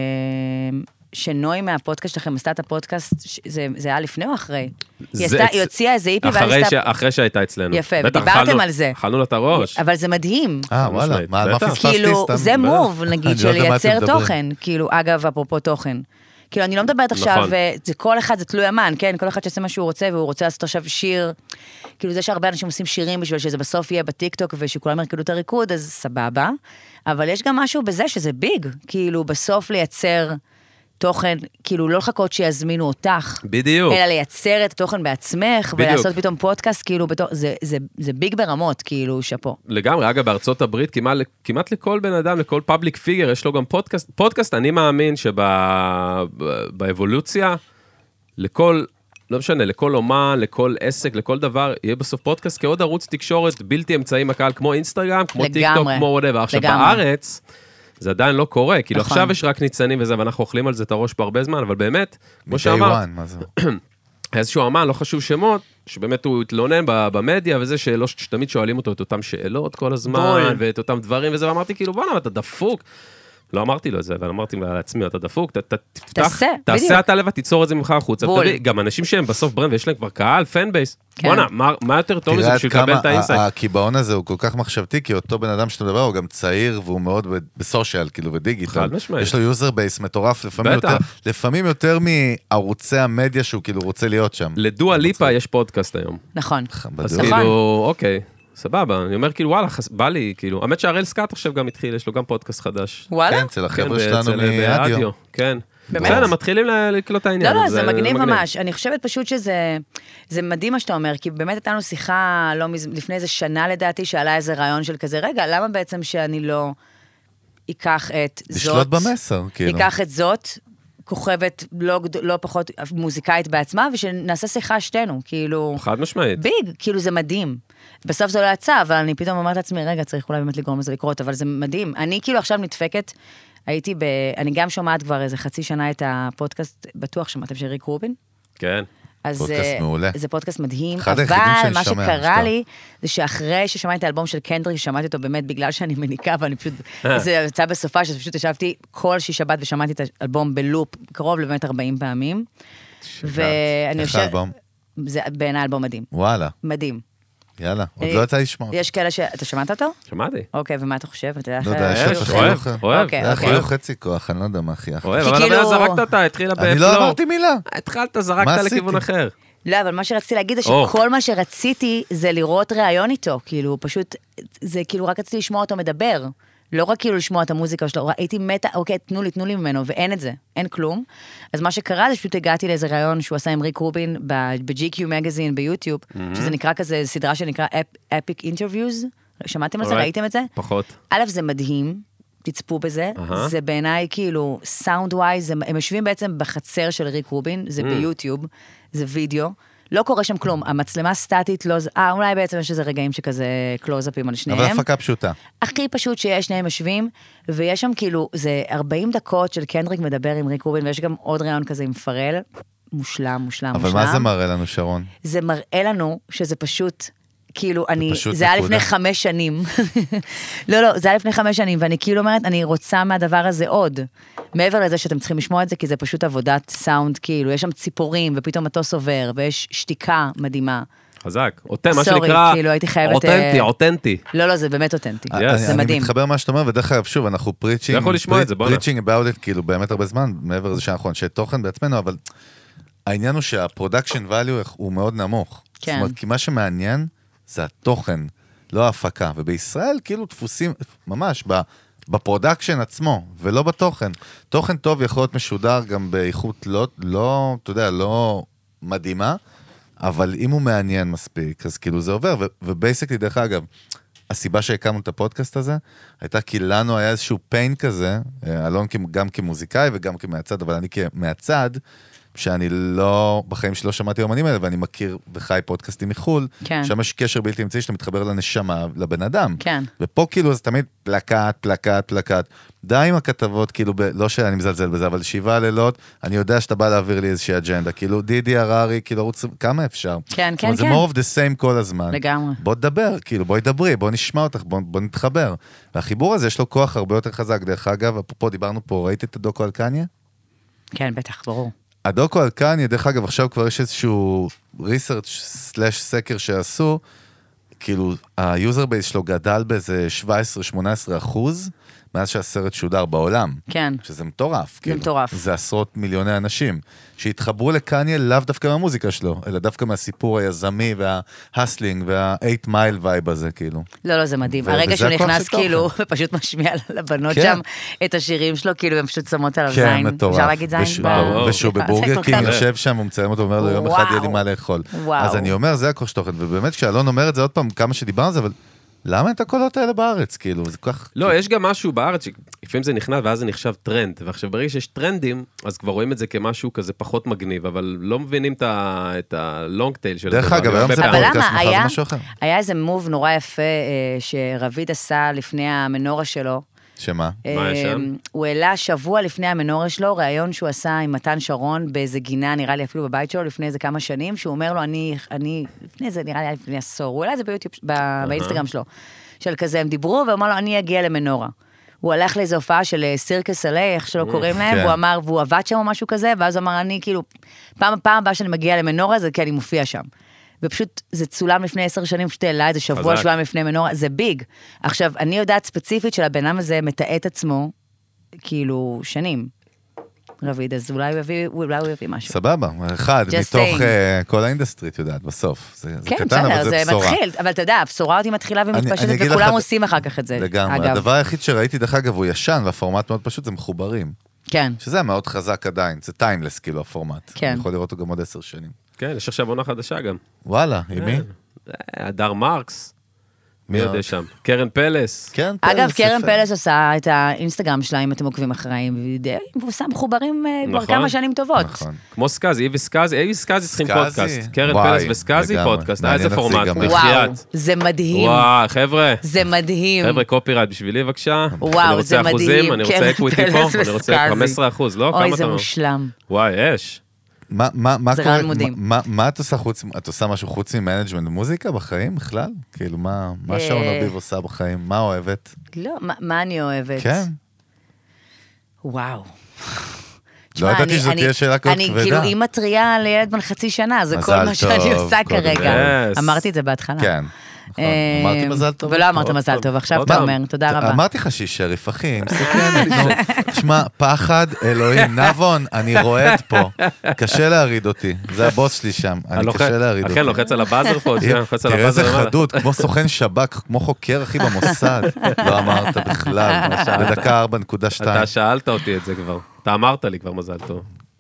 Speaker 3: שנוי מהפודקאסט שלכם עשתה את הפודקאסט, זה, זה היה לפני או אחרי? היא, עשתה, היא הוציאה איזה איפי
Speaker 1: אחרי, ש... אחרי שהייתה אצלנו.
Speaker 3: יפה, ודיברתם על זה.
Speaker 1: אכלנו לה את הראש.
Speaker 3: אבל זה מדהים.
Speaker 2: אה, וואלה, מה, מה פספסתי?
Speaker 3: כאילו, זה מוב, נגיד, של לייצר תוכן. כאילו, אגב, אפרופו תוכן. כאילו, אני לא מדברת עכשיו, זה כל אחד, זה תלוי אמן, כן? כל אחד שעושה מה שהוא רוצה, והוא רוצה לעשות עכשיו שיר. כאילו, זה שהרבה אנשים עושים שירים בשביל שזה בסוף יהיה בטיקטוק, ושכולם ירקדו את הריקוד, אז סבבה. אבל יש גם משהו בזה שזה ביג. כאילו, בסוף לייצר תוכן, כאילו לא לחכות שיזמינו אותך,
Speaker 1: בדיוק.
Speaker 3: אלא לייצר את התוכן בעצמך, בדיוק. ולעשות פתאום פודקאסט, כאילו, בתוך, זה, זה, זה ביג ברמות, כאילו, שפו.
Speaker 1: לגמרי, אגב, בארצות הברית, כמעט, כמעט לכל בן אדם, לכל פאבליק פיגר, יש לו גם פודקאסט, פודקאסט, אני מאמין שבאבולוציה, לכל, לא משנה, לכל אומן, לכל עסק, לכל דבר, יהיה בסוף פודקאסט כעוד ערוץ תקשורת, בלתי אמצעי מקהל, כמו אינסטגרם, כמו טיקטוק, כמו whatever. עכשיו, בארץ, זה עדיין לא קורה, כאילו
Speaker 3: נכון.
Speaker 1: עכשיו יש רק ניצנים וזה, ואנחנו אוכלים על זה את הראש פה הרבה זמן, אבל באמת, כמו שאמרת, איזשהו אמן, לא חשוב שמות, שבאמת הוא התלונן במדיה, וזה שלא, שתמיד שואלים אותו את אותם שאלות כל הזמן, ואת אותם דברים וזה, ואמרתי כאילו, בוא נאמר, אתה דפוק. לא אמרתי לו את זה, אבל אמרתי לעצמי, אתה דפוק, תפתח, תעשה אתה לב, תיצור את זה ממך החוצה, גם אנשים שהם בסוף ברנד, ויש להם כבר קהל, פן בייס, בוא'נה, מה יותר טוב מזה בשביל לקבל את האינסייט?
Speaker 2: הקיבעון הזה הוא כל כך מחשבתי, כי אותו בן אדם שאתה מדבר, הוא גם צעיר, והוא מאוד בסושיאל, כאילו, בדיגיטל. יש לו יוזר בייס מטורף, לפעמים יותר מערוצי המדיה שהוא כאילו רוצה להיות שם.
Speaker 1: לדואה ליפה יש פודקאסט היום.
Speaker 3: נכון.
Speaker 1: אז כאילו, אוקיי. סבבה, אני אומר כאילו, וואלה, בא לי, כאילו, האמת שהראל סקאט עכשיו גם התחיל, יש לו גם פודקאסט חדש.
Speaker 3: וואלה?
Speaker 2: כן, אצל החבר'ה שלנו מאדיו.
Speaker 1: כן. בסדר, מתחילים לקלוט העניין.
Speaker 3: לא, לא, זה מגניב ממש. אני חושבת פשוט שזה, זה מדהים מה שאתה אומר, כי באמת הייתה לנו שיחה לפני איזה שנה לדעתי, שעלה איזה רעיון של כזה, רגע, למה בעצם שאני לא אקח את זאת?
Speaker 2: לשלוט במסר, כאילו.
Speaker 3: אקח את זאת, כוכבת לא, לא פחות מוזיקאית בעצמה, ושנעשה שיחה שתינו, כאילו...
Speaker 1: חד משמעית.
Speaker 3: ביג, כאילו זה מדהים. בסוף זה לא יצא, אבל אני פתאום אומרת לעצמי, רגע, צריך אולי באמת לגרום לזה לקרות, אבל זה מדהים. אני כאילו עכשיו נדפקת, הייתי ב... אני גם שומעת כבר איזה חצי שנה את הפודקאסט, בטוח שמעתם של ריק רובין?
Speaker 1: כן.
Speaker 2: פודקאסט מעולה.
Speaker 3: זה פודקאסט מדהים, אבל מה שקרה לי, זה שאחרי ששמעתי את האלבום של קנדריק, שמעתי אותו באמת בגלל שאני מניקה, ואני פשוט, זה יצא בסופה, שפשוט ישבתי כל שי שבת ושמעתי את האלבום בלופ, קרוב לבאמת ארבעים פעמים.
Speaker 2: איך האלבום?
Speaker 3: זה בעיניי אלבום מדהים.
Speaker 2: וואלה.
Speaker 3: מדהים.
Speaker 2: יאללה, עוד לא יצא לשמוע.
Speaker 3: יש כאלה ש... אתה שמעת אותו?
Speaker 1: שמעתי.
Speaker 3: אוקיי, ומה אתה חושב? אתה יודע,
Speaker 2: לא יודע, יש לך
Speaker 1: אוהב, אוהב.
Speaker 2: זה חיוך חצי כוח, אני לא יודע מה הכי אחר.
Speaker 1: אוהב, אבל אבל זרקת אותה, התחילה בפלואו.
Speaker 2: אני לא אמרתי מילה.
Speaker 1: התחלת, זרקת לכיוון אחר.
Speaker 3: לא, אבל מה שרציתי להגיד זה שכל מה שרציתי זה לראות ראיון איתו, כאילו, פשוט, זה כאילו רק רציתי לשמוע אותו מדבר. לא רק כאילו לשמוע את המוזיקה שלו, הייתי מתה, אוקיי, תנו לי, תנו לי ממנו, ואין את זה, אין כלום. אז מה שקרה זה שפשוט הגעתי לאיזה רעיון שהוא עשה עם ריק רובין, ב-ג'י קיו מגזין ביוטיוב, שזה נקרא כזה, סדרה שנקרא Epic Interviews, שמעתם על זה? ראיתם את זה?
Speaker 1: פחות.
Speaker 3: א', זה מדהים, תצפו בזה, זה בעיניי כאילו, סאונד ווייז, הם יושבים בעצם בחצר של ריק רובין, זה ביוטיוב, זה וידאו, לא קורה שם כלום, המצלמה סטטית לא, אה, אולי בעצם יש איזה רגעים שכזה קלוז-אפים על שניהם.
Speaker 2: אבל הפקה פשוטה.
Speaker 3: הכי פשוט שיש, שניהם יושבים, ויש שם כאילו, זה ארבעים דקות של קנדריק מדבר עם ריק רובין, ויש גם עוד רעיון כזה עם פרל, מושלם, מושלם,
Speaker 2: אבל
Speaker 3: מושלם.
Speaker 2: מה זה מראה לנו, שרון?
Speaker 3: זה מראה לנו שזה פשוט, כאילו, אני, זה היה לפני חמש שנים. לא, לא, זה היה לפני חמש שנים, ואני כאילו אומרת, אני רוצה מהדבר הזה עוד. מעבר לזה שאתם צריכים לשמוע את זה, כי זה פשוט עבודת סאונד, כאילו, יש שם ציפורים, ופתאום מטוס עובר, ויש שתיקה מדהימה.
Speaker 1: חזק. מה שנקרא, אותנטי, אותנטי.
Speaker 3: לא, לא, זה באמת אותנטי. זה מדהים.
Speaker 2: אני מתחבר מה שאתה אומר, ודרך אגב, שוב, אנחנו preaching about it, כאילו, באמת הרבה זמן, מעבר לזה שאנחנו אנשי תוכן בעצמנו, אבל העניין הוא שהפרודקשן value הוא מאוד נמוך. זאת אומרת, כי מה שמעניין זה התוכן, לא ההפקה. ובישראל, כאילו, דפוסים, ממש, בפרודקשן עצמו, ולא בתוכן. תוכן טוב יכול להיות משודר גם באיכות לא, לא, אתה יודע, לא מדהימה, אבל אם הוא מעניין מספיק, אז כאילו זה עובר, ובייסקלי, דרך אגב, הסיבה שהקמנו את הפודקאסט הזה, הייתה כי לנו היה איזשהו פיין כזה, אלון גם כמוזיקאי וגם כמהצד, אבל אני כמהצד, שאני לא, בחיים שלי לא שמעתי אומנים האלה, ואני מכיר וחי פודקאסטים מחול, כן. שם יש קשר בלתי אמצעי, שאתה מתחבר לנשמה, לבן אדם.
Speaker 3: כן.
Speaker 2: ופה כאילו זה תמיד פלקט, פלקט, פלקט. די עם הכתבות, כאילו, ב, לא שאני מזלזל בזה, אבל שבעה לילות, אני יודע שאתה בא להעביר לי איזושהי אג'נדה, כאילו, דידי הררי, כאילו, רוצ, כמה אפשר?
Speaker 3: כן, כן, כן.
Speaker 2: זה more of the same כל הזמן.
Speaker 3: לגמרי.
Speaker 2: בוא תדבר, כאילו, בואי דברי, בוא נשמע אותך, בוא, בוא נתחבר. והחיבור הזה יש לו כוח הרבה יותר חזק. דרך אגב, אפרופו, דיברנו פה, ראית את הדוקו על קניה?
Speaker 3: כן, בטח, ברור.
Speaker 2: הדוקו על קניה, דרך אגב, עכשיו כבר יש איזשהו research סלש סקר שעשו, כאילו, היוזר בייס שלו גדל באיזה שבע עשרה שמונה עשרה אחוז, מאז שהסרט שודר בעולם.
Speaker 3: כן.
Speaker 2: שזה מטורף.
Speaker 3: זה
Speaker 2: כאילו.
Speaker 3: מטורף.
Speaker 2: זה עשרות מיליוני אנשים, שהתחברו לקניה לאו דווקא מהמוזיקה שלו, אלא דווקא מהסיפור היזמי וההסלינג והאייט מייל וייב הזה, כאילו.
Speaker 3: לא, לא, זה מדהים. ו- הרגע שהוא נכנס, כאילו, ופשוט משמיע לבנות כן. שם את השירים שלו, כאילו, הם פשוט שמות עליו
Speaker 2: כן,
Speaker 3: זין.
Speaker 2: מטורף.
Speaker 3: אפשר להגיד זין?
Speaker 2: וש... ושהוא בבורגר קינג יושב שם, הוא מציין אותו, אומר לו, יום אחד יהיה לי מה לאכול.
Speaker 3: וואו.
Speaker 2: אז אני אומר, זה הכוח שתוכן, ובאמת, כשאלון אומר את זה עוד פעם, כמה שדיברנו על זה, אבל למה את הקולות האלה בארץ? כאילו, זה כך...
Speaker 1: לא, יש גם משהו בארץ, שלפעמים זה נכנס, ואז זה נחשב טרנד, ועכשיו ברגע שיש טרנדים, אז כבר רואים את זה כמשהו כזה פחות מגניב, אבל לא מבינים את הלונג טייל של
Speaker 2: הדבר. דרך אגב, היום זה פודקאסט, מחר זה משהו אחר.
Speaker 3: היה איזה מוב נורא יפה, שרביד עשה לפני המנורה שלו,
Speaker 2: שמה?
Speaker 1: מה יש שם?
Speaker 3: הוא העלה שבוע לפני המנורה שלו, ראיון שהוא עשה עם מתן שרון, באיזה גינה, נראה לי אפילו בבית שלו, לפני איזה כמה שנים, שהוא אומר לו, אני, אני, לפני זה, נראה לי לפני עשור, הוא העלה את זה ביוטיוב, באינסטגרם שלו, של כזה, הם דיברו, והוא אמר לו, אני אגיע למנורה. הוא הלך לאיזו הופעה של סירקס עלי, איך שלא קוראים להם, והוא אמר, והוא עבד שם או משהו כזה, ואז הוא אמר, אני כאילו, פעם, פעם הבאה שאני מגיע למנורה, זה כי אני מופיע שם. ופשוט זה צולם לפני עשר שנים, פשוט העלה איזה שבוע, שבועיים לפני מנורה, זה ביג. עכשיו, אני יודעת ספציפית של הבן אדם הזה מתעט עצמו, כאילו, שנים. רביד, אז אולי הוא יביא, אולי הוא יביא משהו.
Speaker 2: סבבה, אחד, מתוך כל האינדסטריט, יודעת, בסוף. זה קטן, אבל זה בשורה.
Speaker 3: זה מתחיל, אבל אתה יודע, הבשורה אותי מתחילה ומתפשטת, וכולם עושים אחר כך את זה.
Speaker 2: לגמרי, הדבר היחיד שראיתי, דרך אגב, הוא ישן, והפורמט מאוד פשוט, זה מחוברים.
Speaker 3: כן.
Speaker 2: שזה מאוד חזק עדיין, זה טיימלס, כאילו, הפורמט.
Speaker 3: כן.
Speaker 2: אני יכול לראות אותו גם עוד עשר שנים.
Speaker 1: כן, יש עכשיו עונה חדשה גם.
Speaker 2: וואלה, עם מי?
Speaker 1: הדר מרקס. מי יודע שם? קרן פלס.
Speaker 3: אגב, קרן פלס עושה את האינסטגרם שלה, אם אתם עוקבים אחראים, והוא שם מחוברים כבר כמה שנים טובות.
Speaker 1: כמו סקאזי, איבי סקאזי, איבי סקאזי צריכים פודקאסט. קרן פלס וסקאזי פודקאסט. איזה פורמט,
Speaker 3: וואו, זה מדהים.
Speaker 1: וואו, חבר'ה.
Speaker 3: זה מדהים.
Speaker 1: חבר'ה, קופירייט בשבילי, בבקשה.
Speaker 3: וואו, זה מדהים.
Speaker 1: אני רוצה אקוויטי פה, אני רוצה חמישה עשר אחוז, לא?
Speaker 3: אוי, זה מושלם.
Speaker 1: וואי, יש.
Speaker 2: מה את עושה חוץ, את עושה משהו חוץ ממנג'מנט מוזיקה בחיים בכלל? כאילו, מה שרון אביב עושה בחיים? מה אוהבת?
Speaker 3: לא, מה אני אוהבת?
Speaker 2: כן.
Speaker 3: וואו.
Speaker 2: לא ידעתי שזאת תהיה שאלה כזאת כבדה.
Speaker 3: אני כאילו, היא מטריה לילד בן חצי שנה, זה כל מה שאני עושה כרגע. אמרתי את זה בהתחלה.
Speaker 2: כן. אמרתי מזל טוב.
Speaker 3: ולא אמרת מזל טוב, עכשיו אתה אומר, תודה רבה.
Speaker 2: אמרתי לך שהיא שריף, אחי, מסוכנת. תשמע, פחד, אלוהים, נבון, אני רועד פה. קשה להריד אותי. זה הבוס שלי שם, אני קשה להריד אותי.
Speaker 1: אכן, לוחץ על הבאזר פה,
Speaker 2: תראה איזה חדות, כמו סוכן שב"כ, כמו חוקר, אחי, במוסד. לא אמרת בכלל, בדקה ארבע נקודה שתיים.
Speaker 1: אתה שאלת אותי את זה כבר. אתה אמרת לי כבר מזל טוב.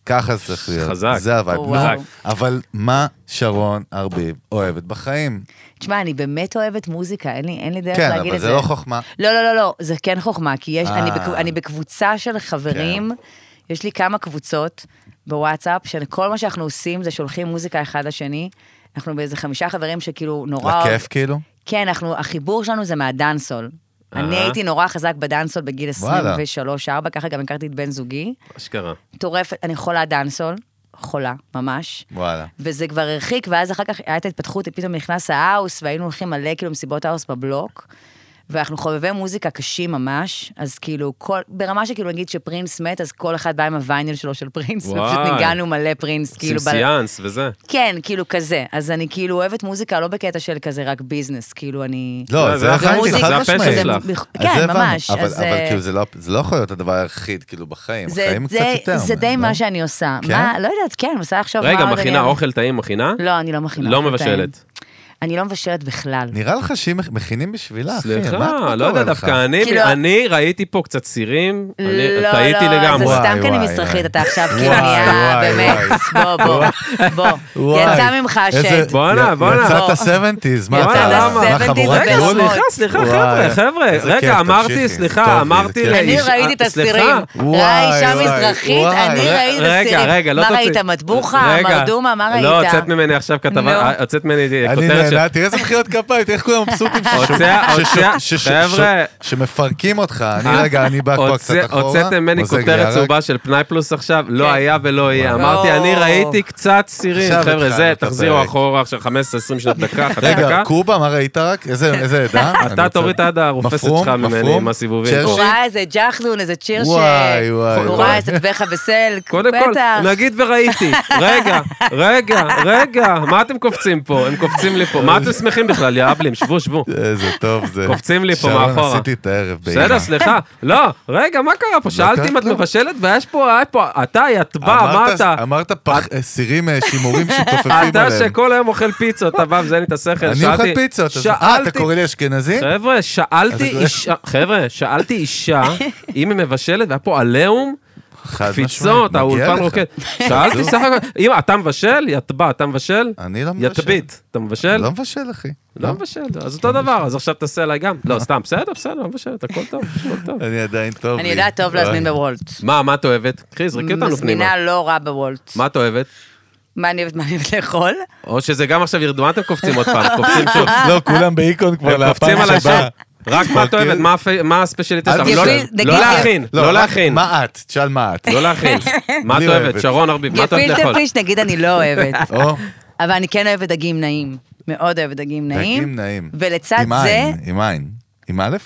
Speaker 2: ככה זה צריך להיות.
Speaker 1: חזק.
Speaker 2: זה הווייב.
Speaker 3: וואו.
Speaker 2: אבל מה שרון ארביב אוהבת בחיים?
Speaker 3: תשמע, אני באמת אוהבת מוזיקה, אין לי, אין לי דרך
Speaker 2: כן,
Speaker 3: להגיד את זה.
Speaker 2: אבל זה לא חוכמה.
Speaker 3: לא, לא, לא, לא, זה כן חוכמה, כי יש,
Speaker 2: אה.
Speaker 3: אני, בקב, אני בקבוצה של חברים, יש לי כמה קבוצות בוואטסאפ, שכל מה שאנחנו עושים זה שולחים מוזיקה אחד לשני, אנחנו באיזה חמישה חברים שכאילו נורא...
Speaker 2: לכיף כאילו?
Speaker 3: כן, אנחנו, החיבור שלנו זה מהדנסול. אני הייתי נורא חזק בדנסול בגיל עשרים ושלוש ארבע, ככה גם הכרתי את בן זוגי.
Speaker 1: אשכרה.
Speaker 3: טורפת, אני חולה דנסול, חולה, ממש.
Speaker 2: וואלה.
Speaker 3: וזה כבר הרחיק, ואז אחר כך הייתה התפתחות, פתאום נכנס האוס, והיינו הולכים מלא כאילו מסיבות האוס בבלוק, ואנחנו חובבי מוזיקה קשים ממש, אז כאילו, כל, ברמה שכאילו נגיד שפרינס מת, אז כל אחד בא עם הווייניל שלו של פרינס, ופשוט ניגענו מלא פרינס, כאילו...
Speaker 1: סימסיאנס וזה.
Speaker 3: כן, כאילו כזה. אז אני כאילו אוהבת מוזיקה, לא בקטע של כזה רק ביזנס, כאילו אני...
Speaker 2: לא, זה החיים שלך,
Speaker 1: זה הפשע שלך.
Speaker 3: כן, ממש.
Speaker 2: אבל כאילו זה לא יכול להיות הדבר היחיד, כאילו בחיים, החיים קצת יותר.
Speaker 3: זה די מה שאני עושה. מה, לא יודעת, כן, אני עושה עכשיו...
Speaker 1: רגע, מכינה אוכל טעים, מכינה?
Speaker 3: לא, אני לא מכינה.
Speaker 1: לא מבשלת.
Speaker 3: אני לא מבשלת בכלל.
Speaker 2: נראה לך שהיא מכינים בשבילה, אחי.
Speaker 1: סליחה, לא יודע, דווקא אני ראיתי פה קצת סירים,
Speaker 3: לא,
Speaker 1: טעיתי לגמרי.
Speaker 3: זה סתם כי אני מסרחית, אתה עכשיו כאילו נהיה, באמת, בוא, בוא, בוא, יצא ממך השד.
Speaker 1: בואנה, בואנה.
Speaker 2: יצאת ה-שבעים, מה
Speaker 3: יצאת
Speaker 2: אתה?
Speaker 3: ה-שבעים,
Speaker 1: רגע, סליחה, סליחה, חבר'ה, חבר'ה. רגע, אמרתי, סליחה, אמרתי לאישה.
Speaker 3: אני ראיתי את הסירים. ראה אישה מזרחית, אני ראיתי את הסירים. מה ראית, מטבוחה, מרדומה, מה ראית?
Speaker 1: לא, הוצאת ממני עכשיו כתבה, הוצאת ממני כותרת
Speaker 2: נהנה, תראה איזה מחיאות כפיים, תראה איך כולם מבסוטים שמפרקים אותך. אני רגע, אני בא כבר קצת אחורה.
Speaker 1: הוצאתם ממני כותרת צהובה של פנאי פלוס עכשיו, לא היה ולא יהיה. אמרתי, אני ראיתי קצת סירים, חבר'ה, זה, תחזירו אחורה עכשיו חמש עשרה עשרים שנות דקה, חצי דקה.
Speaker 2: רגע, קובה, מה ראית רק? איזה עדה?
Speaker 1: אתה תוריד את העדה הרופסת שלך ממני עם הסיבובים.
Speaker 3: הוא ראה איזה ג'חנון, איזה צ'יר ש...
Speaker 2: וואי, וואי.
Speaker 3: הוא ראה איזה טבחה בסל,
Speaker 1: קודם כל, נגיד וראיתי. רגע, רגע, רגע, מה אתם קופצים פה? הם קופצים לי פה. מה אתם שמחים בכלל, יא אבלים? שבו, שבו.
Speaker 2: איזה טוב זה.
Speaker 1: קופצים לי פה מאחורה.
Speaker 2: שרון, עשיתי את הערב באמא.
Speaker 1: בסדר, סליחה. לא, רגע, מה קרה פה? שאלתי אם את מבשלת, ויש פה, היה פה, אתה, יטבע, מה אתה?
Speaker 2: אמרת סירים שימורים שתופפים עליהם.
Speaker 1: אתה שכל היום אוכל פיצות, אתה בא וזה אין לי את השכל.
Speaker 2: אני אוכל פיצות. אה, אתה קורא לי אשכנזי?
Speaker 1: חבר'ה, שאלתי אישה, חבר'ה, שאלתי אישה, אם היא מבשלת, והיה פה עליהום, קפיצות, האולפן רוקד. שאלתי סך הכל, אם אתה מבשל, יטבע, אתה מבשל?
Speaker 2: אני לא מבשל.
Speaker 1: יטבית, אתה מבשל?
Speaker 2: לא מבשל, אחי.
Speaker 1: לא מבשל, אז אותו דבר, אז עכשיו תעשה עליי גם. לא, סתם, בסדר, בסדר, לא מבשל, הכל טוב, הכל טוב.
Speaker 2: אני עדיין טוב.
Speaker 3: אני יודעת טוב להזמין בוולט.
Speaker 1: מה, מה את אוהבת? קחי, זרקי אותנו פנימה.
Speaker 3: מזמינה לא רע בוולט.
Speaker 1: מה את אוהבת?
Speaker 3: מה אני אוהבת, מה אני אוהבת לאכול?
Speaker 1: או שזה גם עכשיו ירדו, מה אתם קופצים עוד פעם? קופצים שוב.
Speaker 2: לא, כולם באיקון כבר להפעם שבא.
Speaker 1: רק מה את אוהבת, מה הספיישליטה שלך? לא להכין, לא להכין.
Speaker 2: מה את? תשאל מה את.
Speaker 1: לא להכין. מה את אוהבת? שרון ארביב, מה את אוהבת לאכול?
Speaker 3: גפילטע פיש, נגיד אני לא אוהבת. אבל אני כן אוהבת דגים נעים. מאוד אוהבת דגים נעים.
Speaker 2: דגים נעים.
Speaker 3: ולצד זה...
Speaker 2: עם עין. עם א'?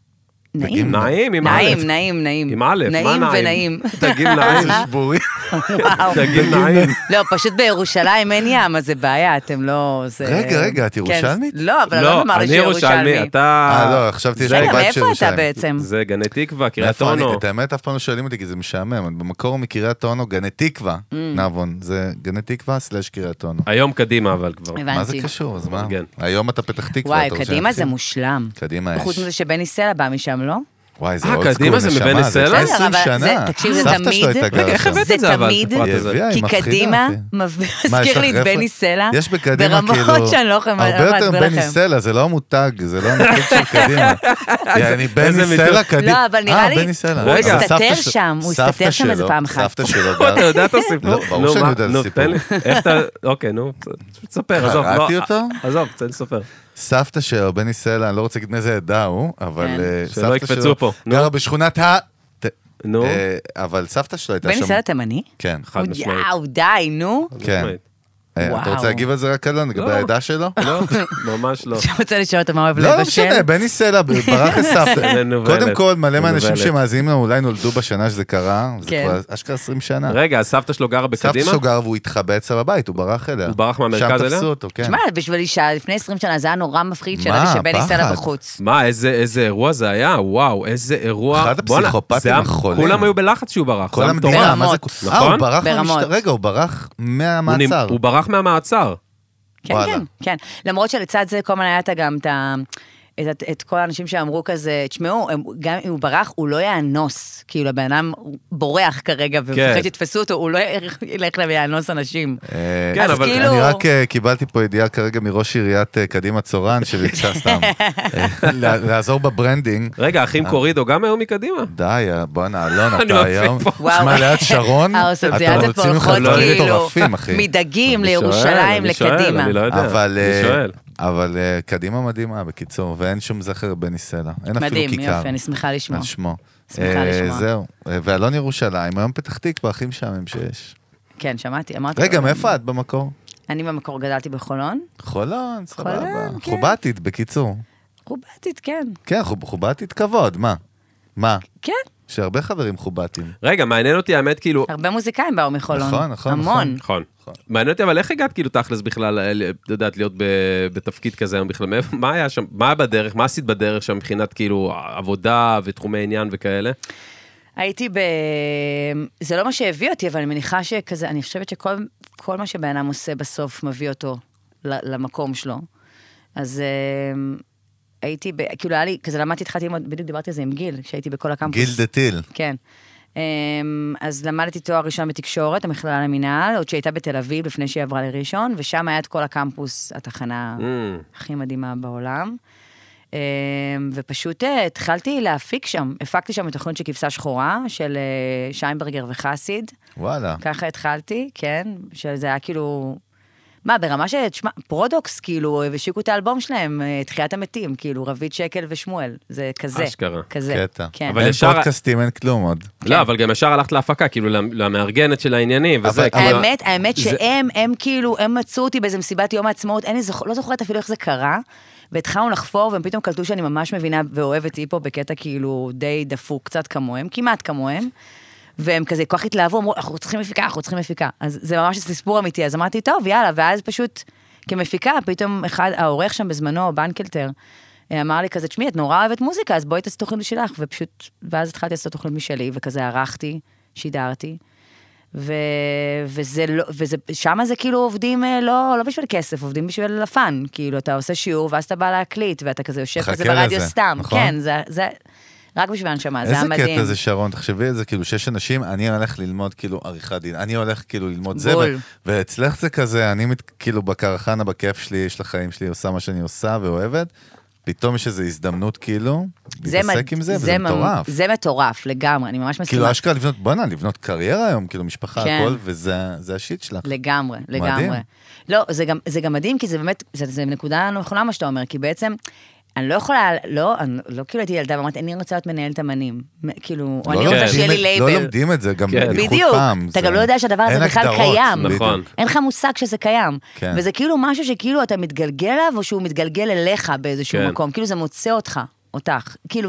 Speaker 3: נעים.
Speaker 1: נעים, עם א'.
Speaker 3: נעים, נעים, נעים.
Speaker 1: עם א', מה נעים?
Speaker 3: ונעים.
Speaker 1: דגים נעים.
Speaker 2: זה שבורי.
Speaker 1: דגים נעים.
Speaker 3: לא, פשוט בירושלים אין ים, אז זה בעיה, אתם לא...
Speaker 2: רגע, רגע, את ירושלמית?
Speaker 3: לא, אבל לא אמר לי שירושלמי.
Speaker 1: אני ירושלמי, אתה...
Speaker 2: אה, לא, חשבתי
Speaker 3: רגע, מאיפה אתה בעצם?
Speaker 1: זה גני תקווה, קריית אונו.
Speaker 2: את האמת, אף פעם לא שואלים אותי, כי זה משעמם. במקור מקריית אונו, גני תקווה, נבון. זה גני תקווה סלש קריית אונו.
Speaker 1: היום קדימה, אבל כבר.
Speaker 2: מה זה קשור? אז מה? היום אתה פתח תקווה.
Speaker 3: וואי, קדימה זה מושלם.
Speaker 2: קדימה יש.
Speaker 3: חוץ מזה שבני סלע בא משם, לא?
Speaker 2: וואי, זה
Speaker 1: אה,
Speaker 2: עוד
Speaker 1: קדימה
Speaker 2: סקול,
Speaker 1: זה
Speaker 2: נשמה,
Speaker 1: מבני
Speaker 2: זה
Speaker 1: סלע?
Speaker 2: עשרים שנה.
Speaker 3: תקשיב, זה
Speaker 2: סבתא
Speaker 3: תמיד,
Speaker 2: שלו הייתה גרה
Speaker 1: איך
Speaker 2: שם.
Speaker 1: הבאת
Speaker 3: זה
Speaker 1: את זה אבל?
Speaker 3: תמיד,
Speaker 1: הפרט הזה?
Speaker 2: היא
Speaker 3: כי קדימה מזכיר לי את בני סלע,
Speaker 2: יש בקדימה כאילו,
Speaker 3: ברמות שאני לא יכולה
Speaker 2: הרבה יותר
Speaker 3: להסביר
Speaker 2: בני
Speaker 3: לכם.
Speaker 2: סלע, זה לא מותג, זה לא מותג של קדימה. אני בני סלע קדימה.
Speaker 3: לא, אבל נראה לי, הוא
Speaker 1: רגע.
Speaker 3: הסתתר שם, הוא הסתתר שם איזה פעם אחת.
Speaker 2: סבתא שלו
Speaker 1: אתה
Speaker 2: גר.
Speaker 1: יודע את הסיפור?
Speaker 2: ברור שאני יודע את
Speaker 1: נו,
Speaker 2: הסיפור.
Speaker 1: תן לי. איך אתה... אוקיי, נו, תספר, עזוב.
Speaker 2: קראתי
Speaker 1: לא,
Speaker 2: אותו?
Speaker 1: עזוב, תן לספר.
Speaker 2: סבתא שלו, בני סלע, אני לא רוצה להגיד מאיזה עדה הוא, אבל
Speaker 1: שלא יקפצו פה.
Speaker 2: גרה בשכונת ה...
Speaker 1: נו.
Speaker 2: אבל סבתא שלו הייתה שם...
Speaker 3: בני סלע תימני?
Speaker 2: כן.
Speaker 1: חד משמעית.
Speaker 3: יאו, די, נו.
Speaker 2: כן. אתה
Speaker 3: וואו.
Speaker 2: רוצה להגיב על זה רק אלון, לגבי העדה שלו?
Speaker 1: לא, ממש לא.
Speaker 3: עכשיו רוצה לשאול אותו מה אוהב
Speaker 2: לא, לא
Speaker 3: לבשל.
Speaker 2: משנה, בני סלע, ברח לסבתא.
Speaker 1: מנוולת.
Speaker 2: קודם כל, מלא מהאנשים
Speaker 1: מנוולת.
Speaker 2: שמאזינים לנו אולי נולדו בשנה שזה קרה, זה
Speaker 3: כן.
Speaker 2: כבר אשכרה עשרים שנה.
Speaker 1: רגע, אז סבתא שלו גרה
Speaker 2: סבתא
Speaker 1: בקדימה?
Speaker 2: שלו גר והוא התחבא אצלה בבית, הוא ברח אליה.
Speaker 1: הוא ברח מהמרכז
Speaker 2: שם
Speaker 1: אליה?
Speaker 2: תפסו אותו, כן.
Speaker 3: תשמע, בשביל אישה, לפני עשרים שנה, זה היה נורא מפחיד
Speaker 2: מה,
Speaker 3: שידעתי שבני סלע
Speaker 2: פחד.
Speaker 3: בחוץ.
Speaker 1: מה, איזה איזה אירוע זה היה? וואו, איזה אירוע.
Speaker 2: אחד
Speaker 1: בואנה,
Speaker 2: הפסיכופטים
Speaker 1: זה היה-
Speaker 2: החולים.
Speaker 1: כולם היו בלחץ שהוא ברח.
Speaker 2: כל
Speaker 1: זה היה
Speaker 2: המדינה,
Speaker 1: מטורף.
Speaker 2: מה זה...
Speaker 3: ברמות.
Speaker 2: אה, הוא
Speaker 1: נכון?
Speaker 2: ברח
Speaker 3: ברמות.
Speaker 2: מהמשטרה, רגע, הוא ברח
Speaker 1: הוא נמ-
Speaker 2: מהמעצר.
Speaker 1: הוא ברח מהמעצר.
Speaker 3: כן,
Speaker 2: וואלה.
Speaker 3: כן, כן. למרות שלצד זה כל הזמן היה את גם את ה... את, את כל האנשים שאמרו כזה, תשמעו, גם אם הוא ברח, הוא לא יאנוס, כאילו הבן אדם בורח כרגע, ומפחד שתפסו אותו, הוא לא ילך להם יאנוס אנשים.
Speaker 2: כן, אבל אני רק קיבלתי פה ידיעה כרגע מראש עיריית קדימה צורן, שביקשה סתם לעזור בברנדינג.
Speaker 1: רגע, אחים קורידו גם היום מקדימה?
Speaker 2: די, בוא נעלון, אתה היום. שמע, ליד שרון,
Speaker 3: האסוציאציות פה הולכות כאילו מדגים לירושלים, לקדימה.
Speaker 1: אני לא יודע, אני שואל.
Speaker 2: אבל קדימה מדהימה, בקיצור, ואין שום זכר בני סלע. אין אפילו כיכר.
Speaker 3: מדהים, יופי, אני שמחה לשמוע.
Speaker 2: על שמו.
Speaker 3: שמחה לשמוע.
Speaker 2: זהו, ואלון ירושלים, היום פתח תקווה, הכי משעמם שיש.
Speaker 3: כן, שמעתי, אמרתי.
Speaker 2: רגע, מאיפה את במקור?
Speaker 3: אני במקור גדלתי בחולון.
Speaker 2: חולון, סבבה. חובטית, בקיצור.
Speaker 3: חובטית, כן.
Speaker 2: כן, חובטית כבוד, מה? מה?
Speaker 3: כן.
Speaker 2: יש הרבה חברים חובטים.
Speaker 1: רגע, מעניין אותי, האמת, כאילו...
Speaker 3: הרבה מוזיקאים באו מחולון.
Speaker 2: נכון, נכון.
Speaker 3: המון.
Speaker 1: נכון. מעניין אותי, אבל איך הגעת כאילו תכלס בכלל, לדעת, להיות בתפקיד כזה היום בכלל? מה היה שם? מה היה בדרך? מה עשית בדרך שם מבחינת כאילו עבודה ותחומי עניין וכאלה?
Speaker 3: הייתי ב... זה לא מה שהביא אותי, אבל אני מניחה שכזה, אני חושבת שכל מה שבאדם עושה בסוף מביא אותו למקום שלו. אז... הייתי, כאילו היה לי, כזה למדתי, התחלתי ללמוד, בדיוק דיברתי על זה עם גיל, כשהייתי בכל הקמפוס.
Speaker 2: גיל דתיל.
Speaker 3: כן. אז למדתי תואר ראשון בתקשורת, המכללה למינהל, עוד שהייתה בתל אביב, לפני שהיא עברה לראשון, ושם היה את כל הקמפוס, התחנה הכי מדהימה בעולם. ופשוט התחלתי להפיק שם, הפקתי שם את תוכנית של כבשה שחורה, של שיינברגר וחסיד.
Speaker 2: וואלה.
Speaker 3: ככה התחלתי, כן, שזה היה כאילו... מה, ברמה של, תשמע, פרודוקס, כאילו, השיקו את האלבום שלהם, תחיית המתים, כאילו, רבית שקל ושמואל, זה כזה.
Speaker 1: אשכרה.
Speaker 3: כזה.
Speaker 2: קטע.
Speaker 3: כן.
Speaker 2: אבל אין פודקאסטים, אין כלום עוד.
Speaker 1: לא, אבל גם ישר הלכת להפקה, כאילו, למארגנת של העניינים, וזה.
Speaker 3: האמת, האמת שהם, הם כאילו, הם מצאו אותי באיזה מסיבת יום העצמאות, אני לא זוכרת אפילו איך זה קרה, והתחלנו לחפור, והם פתאום קלטו שאני ממש מבינה ואוהבת היפו בקטע כאילו די דפוק, קצת כמוהם, כמעט כמוהם. והם כזה כל כך התלהבו, אמרו, אנחנו צריכים מפיקה, אנחנו צריכים מפיקה. אז זה ממש סיפור אמיתי, אז אמרתי, טוב, יאללה, ואז פשוט כמפיקה, פתאום אחד, העורך שם בזמנו, בנקלטר, אמר לי כזה, תשמעי, את נורא אוהבת מוזיקה, אז בואי תעשי תוכנית שלך, ופשוט, ואז התחלתי לעשות תוכנית משלי, וכזה ערכתי, שידרתי, ו... וזה לא, וזה, שמה זה כאילו עובדים, לא, לא בשביל כסף, עובדים בשביל לפן, כאילו, אתה עושה שיעור, ואז אתה בא להקליט, ואתה כזה יושב כזה ברדיו סתם, כן, זה, זה, רק בשביל הנשמה, זה המדהים.
Speaker 2: איזה קטע זה, שרון, תחשבי את זה, כאילו, שש אנשים, אני הולך ללמוד, כאילו, עריכת דין, אני הולך, כאילו, ללמוד זה, ואצלך זה כזה, אני, כאילו, בקרחנה, בכיף שלי, יש לחיים שלי, עושה מה שאני עושה ואוהבת, פתאום יש איזו הזדמנות, כאילו, להתעסק עם זה, וזה מטורף.
Speaker 3: זה מטורף, לגמרי, אני ממש מסכימה.
Speaker 2: כאילו, אשכרה לבנות, בוא נע, לבנות קריירה היום, כאילו, משפחה, הכל, וזה השיט שלך.
Speaker 3: לגמרי, לגמרי. לא, זה גם מדהים, כי זה באמת, זה נקודה נכונה מה שאתה אומר, כי בעצם, אני לא יכולה, לא, אני לא כאילו הייתי ילדה, ואמרתי, אני רוצה להיות מנהלת אמנים. כאילו, או אני רוצה שיהיה לי לייבל.
Speaker 2: לא לומדים את זה, גם בייחוד פעם.
Speaker 3: אתה גם לא יודע שהדבר הזה בכלל קיים.
Speaker 1: נכון.
Speaker 3: אין לך מושג שזה קיים. וזה כאילו משהו שכאילו אתה מתגלגל עליו, או שהוא מתגלגל אליך באיזשהו מקום. כאילו זה מוצא אותך, אותך. כאילו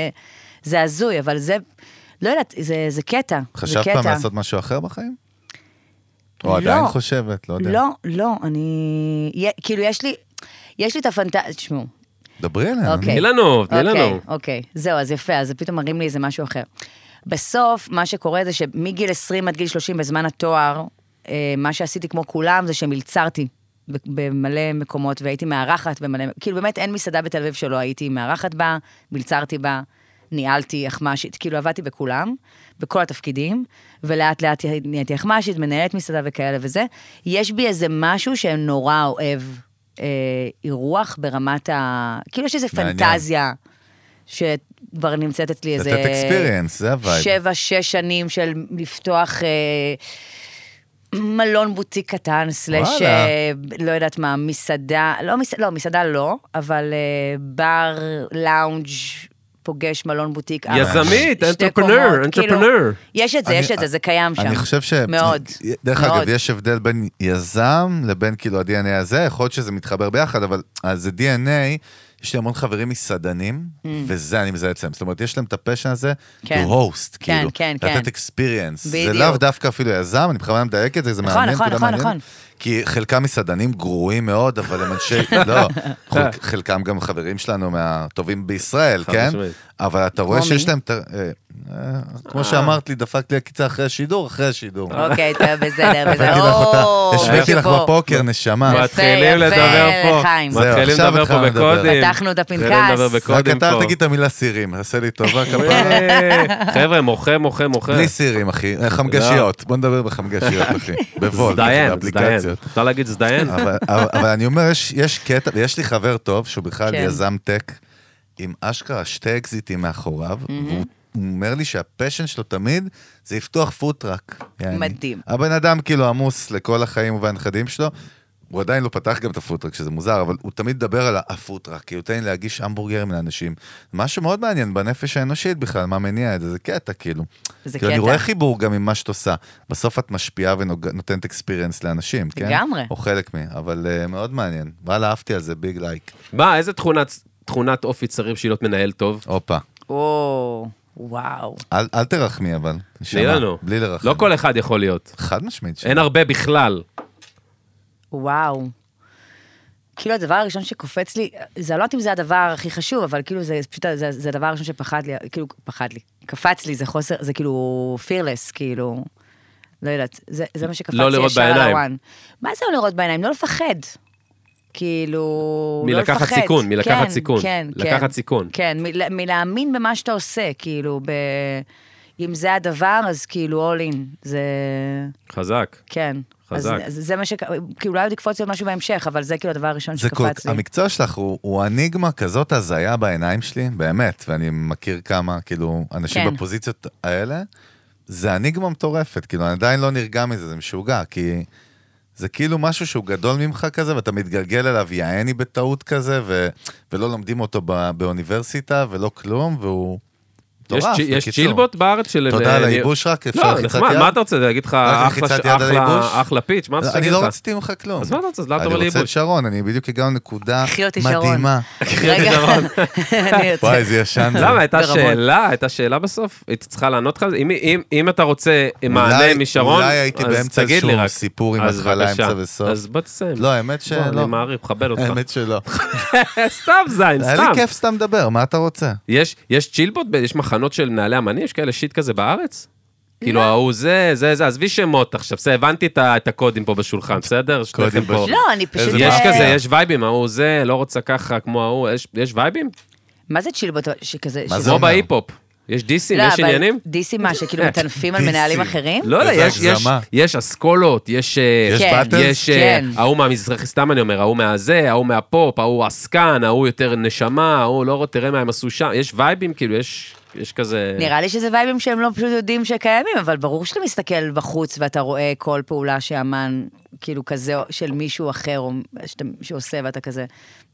Speaker 3: זה הזוי, אבל זה, לא יודעת, זה קטע.
Speaker 2: חשבת פעם לעשות משהו אחר בחיים? או עדיין חושבת, לא יודע.
Speaker 3: לא, לא, אני, כאילו יש לי, יש לי את הפנטזיה, תשמעו.
Speaker 2: דברי עליהם.
Speaker 1: תני לנו, תני לנו.
Speaker 3: אוקיי, זהו, אז יפה, אז פתאום מראים לי איזה משהו אחר. בסוף, מה שקורה זה שמגיל עשרים עד גיל שלושים בזמן התואר, מה שעשיתי כמו כולם זה שמלצרתי במלא מקומות, והייתי מארחת במלא, כאילו באמת אין מסעדה בתל אביב שלא הייתי מארחת בה, מלצרתי בה, ניהלתי אחמשית, כאילו עבדתי בכולם, בכל התפקידים, ולאט לאט נהייתי אחמשית, מנהלת מסעדה וכאלה וזה. יש בי איזה משהו שנורא אוהב, אירוח ברמת ה... כאילו יש איזו פנטזיה שכבר נמצאת אצלי איזה...
Speaker 2: לתת אקספיריאנס, זה הווייב.
Speaker 3: שבע, שש שנים של לפתוח מלון בוטיק קטן, סלש, לא יודעת מה, מסעדה, לא, מסעדה לא, אבל בר, לאונג' פוגש מלון בוטיק.
Speaker 1: יזמית, אנטרפרנר, אנטרפרנר.
Speaker 3: יש את זה, יש את זה, זה קיים שם.
Speaker 2: אני חושב ש...
Speaker 3: מאוד.
Speaker 2: דרך אגב, יש הבדל בין יזם לבין כאילו ה-די אן איי הזה, יכול להיות שזה מתחבר ביחד, אבל זה די אן איי, יש לי המון חברים מסעדנים, וזה אני מזהה אצלם. זאת אומרת, יש להם את הפשן הזה, to host, כאילו, לתת experience. זה לאו דווקא אפילו יזם, אני בכוונה מדייק את זה, זה מעניין,
Speaker 3: נכון, נכון, נכון.
Speaker 2: כי חלקם מסעדנים גרועים מאוד, אבל הם אנשי, לא, חלקם גם חברים שלנו מהטובים בישראל, כן? אבל אתה רואה שיש להם, כמו שאמרת לי, דפקת לי הקיצה אחרי השידור, אחרי השידור.
Speaker 3: אוקיי, טוב, בסדר, בסדר.
Speaker 2: השוויתי לך בפוקר, נשמה.
Speaker 1: מתחילים לדבר פה. מתחילים לדבר פה בקודים.
Speaker 3: פתחנו את הפנקס.
Speaker 2: רק אתה אל תגיד את המילה סירים, עשה לי טובה.
Speaker 1: חבר'ה, מוחה, מוחה, מוחה.
Speaker 2: בלי סירים, אחי. חמגשיות. בוא נדבר בחמגשיות, אחי. בוולט, באפליקציות.
Speaker 1: אפשר להגיד זדיין.
Speaker 2: אבל אני אומר, יש קטע, ויש לי חבר טוב, שהוא בכלל יזם טק, עם אשכרה שתי אקזיטים מאחוריו, והוא אומר לי שהפשן שלו תמיד זה לפתוח פוטרק.
Speaker 3: מדהים.
Speaker 2: הבן אדם כאילו עמוס לכל החיים והנכדים שלו, הוא עדיין לא פתח גם את הפוטרק, שזה מוזר, אבל הוא תמיד מדבר על הפוטרק, כי הוא תן להגיש המבורגרים לאנשים. משהו מאוד מעניין בנפש האנושית בכלל, מה מניע את זה, זה קטע כאילו.
Speaker 3: זה
Speaker 2: קטע. אני רואה חיבור גם עם מה שאת עושה. בסוף את משפיעה ונותנת אקספיריאנס לאנשים, כן?
Speaker 3: לגמרי.
Speaker 2: או חלק מי, אבל uh, מאוד מעניין. וואלה, אהבתי על זה, ביג לייק.
Speaker 1: מה, איזה תכונת, תכונת אופי צריך שילות מנהל טוב?
Speaker 2: אופה.
Speaker 3: או, וואו.
Speaker 2: אל, אל תרחמי, אבל.
Speaker 1: נשמע, לנו.
Speaker 2: בלי לרחם.
Speaker 1: לא כל אחד יכול להיות.
Speaker 2: חד משמעית.
Speaker 1: אין הרבה בכלל.
Speaker 3: וואו. כאילו הדבר הראשון שקופץ לי, זה לא יודעת אם זה הדבר הכי חשוב, אבל כאילו זה פשוט, זה, זה הדבר הראשון שפחד לי, כאילו, פחד לי. קפץ לי, זה חוסר, זה כאילו fearless, כאילו, לא יודעת, זה, זה מה שקפץ לי.
Speaker 1: לא לראות בעיניים.
Speaker 3: מה זה לא לראות בעיניים? לא לפחד. כאילו, לא לפחד.
Speaker 1: מלקחת סיכון, מלקחת
Speaker 3: כן,
Speaker 1: סיכון.
Speaker 3: כן,
Speaker 1: לקחת
Speaker 3: כן,
Speaker 1: סיכון.
Speaker 3: כן, מ- מלהאמין במה שאתה עושה, כאילו, ב... אם זה הדבר, אז כאילו, all in, זה...
Speaker 1: חזק.
Speaker 3: כן.
Speaker 1: חזק.
Speaker 3: אז זה מה ש... כאילו, אולי עוד יקפוץ להיות משהו בהמשך, אבל זה כאילו הדבר הראשון שקפץ לי.
Speaker 2: המקצוע שלך הוא, הוא אניגמה כזאת הזיה בעיניים שלי, באמת, ואני מכיר כמה, כאילו, אנשים
Speaker 3: כן.
Speaker 2: בפוזיציות האלה, זה אניגמה מטורפת, כאילו, אני עדיין לא נרגע מזה, זה משוגע, כי זה כאילו משהו שהוא גדול ממך כזה, ואתה מתגלגל אליו יעני בטעות כזה, ו... ולא לומדים אותו בא... באוניברסיטה, ולא כלום, והוא...
Speaker 1: יש, יש צ'ילבוט בארץ של...
Speaker 2: תודה על הייבוש רק, אפשר
Speaker 1: לא, נחמד, מה אתה רוצה? להגיד לך אחלה פיץ', מה אתה רוצה?
Speaker 2: אני לא רציתי ממך כלום.
Speaker 1: אז מה אתה רוצה? אז לא אתה אומר
Speaker 2: אני
Speaker 1: לייבוש.
Speaker 2: רוצה את שרון, אני בדיוק הגענו נקודה
Speaker 3: מדהימה.
Speaker 1: רגע,
Speaker 2: וואי, זה ישן.
Speaker 1: למה? הייתה שאלה, הייתה שאלה בסוף? היית צריכה לענות לך? אם אתה רוצה מענה משרון,
Speaker 2: אולי הייתי באמצע איזשהו סיפור עם התחלה, אמצע וסוף.
Speaker 1: אז בוא תסיים.
Speaker 2: לא, האמת שלא.
Speaker 1: אני מעריך, מכבד אותך.
Speaker 2: האמת שלא.
Speaker 1: סתם זין, סתם.
Speaker 2: היה לי כיף סתם לדבר, מה אתה רוצה?
Speaker 1: יש צ'ילבוט, יש מחנות של מנהלי אמנים, יש כאלה שיט כזה בארץ? כאילו, ההוא זה, זה, זה, עזבי שמות עכשיו, בסדר, הבנתי את הקודים פה בשולחן, בסדר?
Speaker 2: קודים בשולחן.
Speaker 3: לא, אני פשוט...
Speaker 1: יש כזה, יש וייבים, ההוא זה, לא רוצה ככה כמו ההוא, יש וייבים?
Speaker 3: מה זה צ'ילבוט שכזה?
Speaker 1: כמו בהיפ-הופ. יש דיסים, יש עניינים?
Speaker 3: לא, אבל דיסים מה, שכאילו מטנפים על מנהלים אחרים?
Speaker 1: לא, לא, יש אסכולות, יש...
Speaker 2: יש באטלס?
Speaker 1: ההוא מהמזרחי, סתם אני אומר, ההוא מהזה, ההוא מהפופ, ההוא עסקן, ההוא יותר נשמה, ההוא לא תראה מה הם עשו שם, יש וייבים, כאילו, יש... יש כזה...
Speaker 3: נראה לי שזה וייבים שהם לא פשוט יודעים שקיימים, אבל ברור שאתה מסתכל בחוץ ואתה רואה כל פעולה שאמן, כאילו כזה של מישהו אחר, או שעושה ואתה כזה,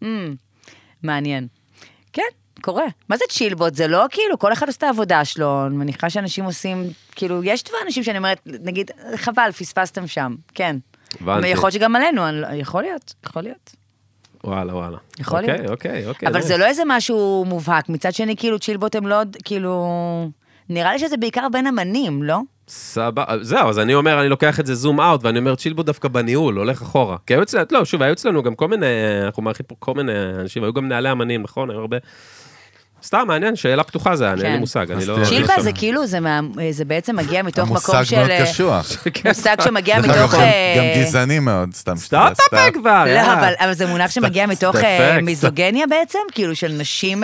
Speaker 3: מעניין. כן, קורה. מה זה צ'ילבוט? זה לא כאילו, כל אחד עושה את העבודה שלו, אני מניחה שאנשים עושים, כאילו, יש דבר אנשים שאני אומרת, נגיד, חבל, פספסתם שם, כן.
Speaker 1: הבנתי.
Speaker 3: יכול להיות שגם עלינו, יכול להיות, יכול להיות.
Speaker 1: וואלה, וואלה.
Speaker 3: יכול להיות.
Speaker 1: אוקיי, אוקיי, אוקיי.
Speaker 3: אבל זה לא איזה משהו מובהק. מצד שני, כאילו, צ'ילבוט הם לא, כאילו... נראה לי שזה בעיקר בין אמנים, לא?
Speaker 1: סבא, זהו, אז אני אומר, אני לוקח את זה זום אאוט, ואני אומר, צ'ילבוט דווקא בניהול, הולך אחורה. כי היו אצלנו, לא, שוב, היו אצלנו גם כל מיני, אנחנו מעריכים פה כל מיני אנשים, היו גם מנהלי אמנים, נכון? היו הרבה... סתם, מעניין, שאלה פתוחה זה, אין לי מושג, אני לא...
Speaker 3: צ'ילבה זה כאילו, זה בעצם מגיע מתוך מקום של...
Speaker 2: המושג מאוד קשוח.
Speaker 3: מושג שמגיע מתוך...
Speaker 2: גם גזעני מאוד, סתם.
Speaker 1: סתם תפה כבר,
Speaker 3: לא, אבל זה מונח שמגיע מתוך מיזוגניה בעצם, כאילו של נשים...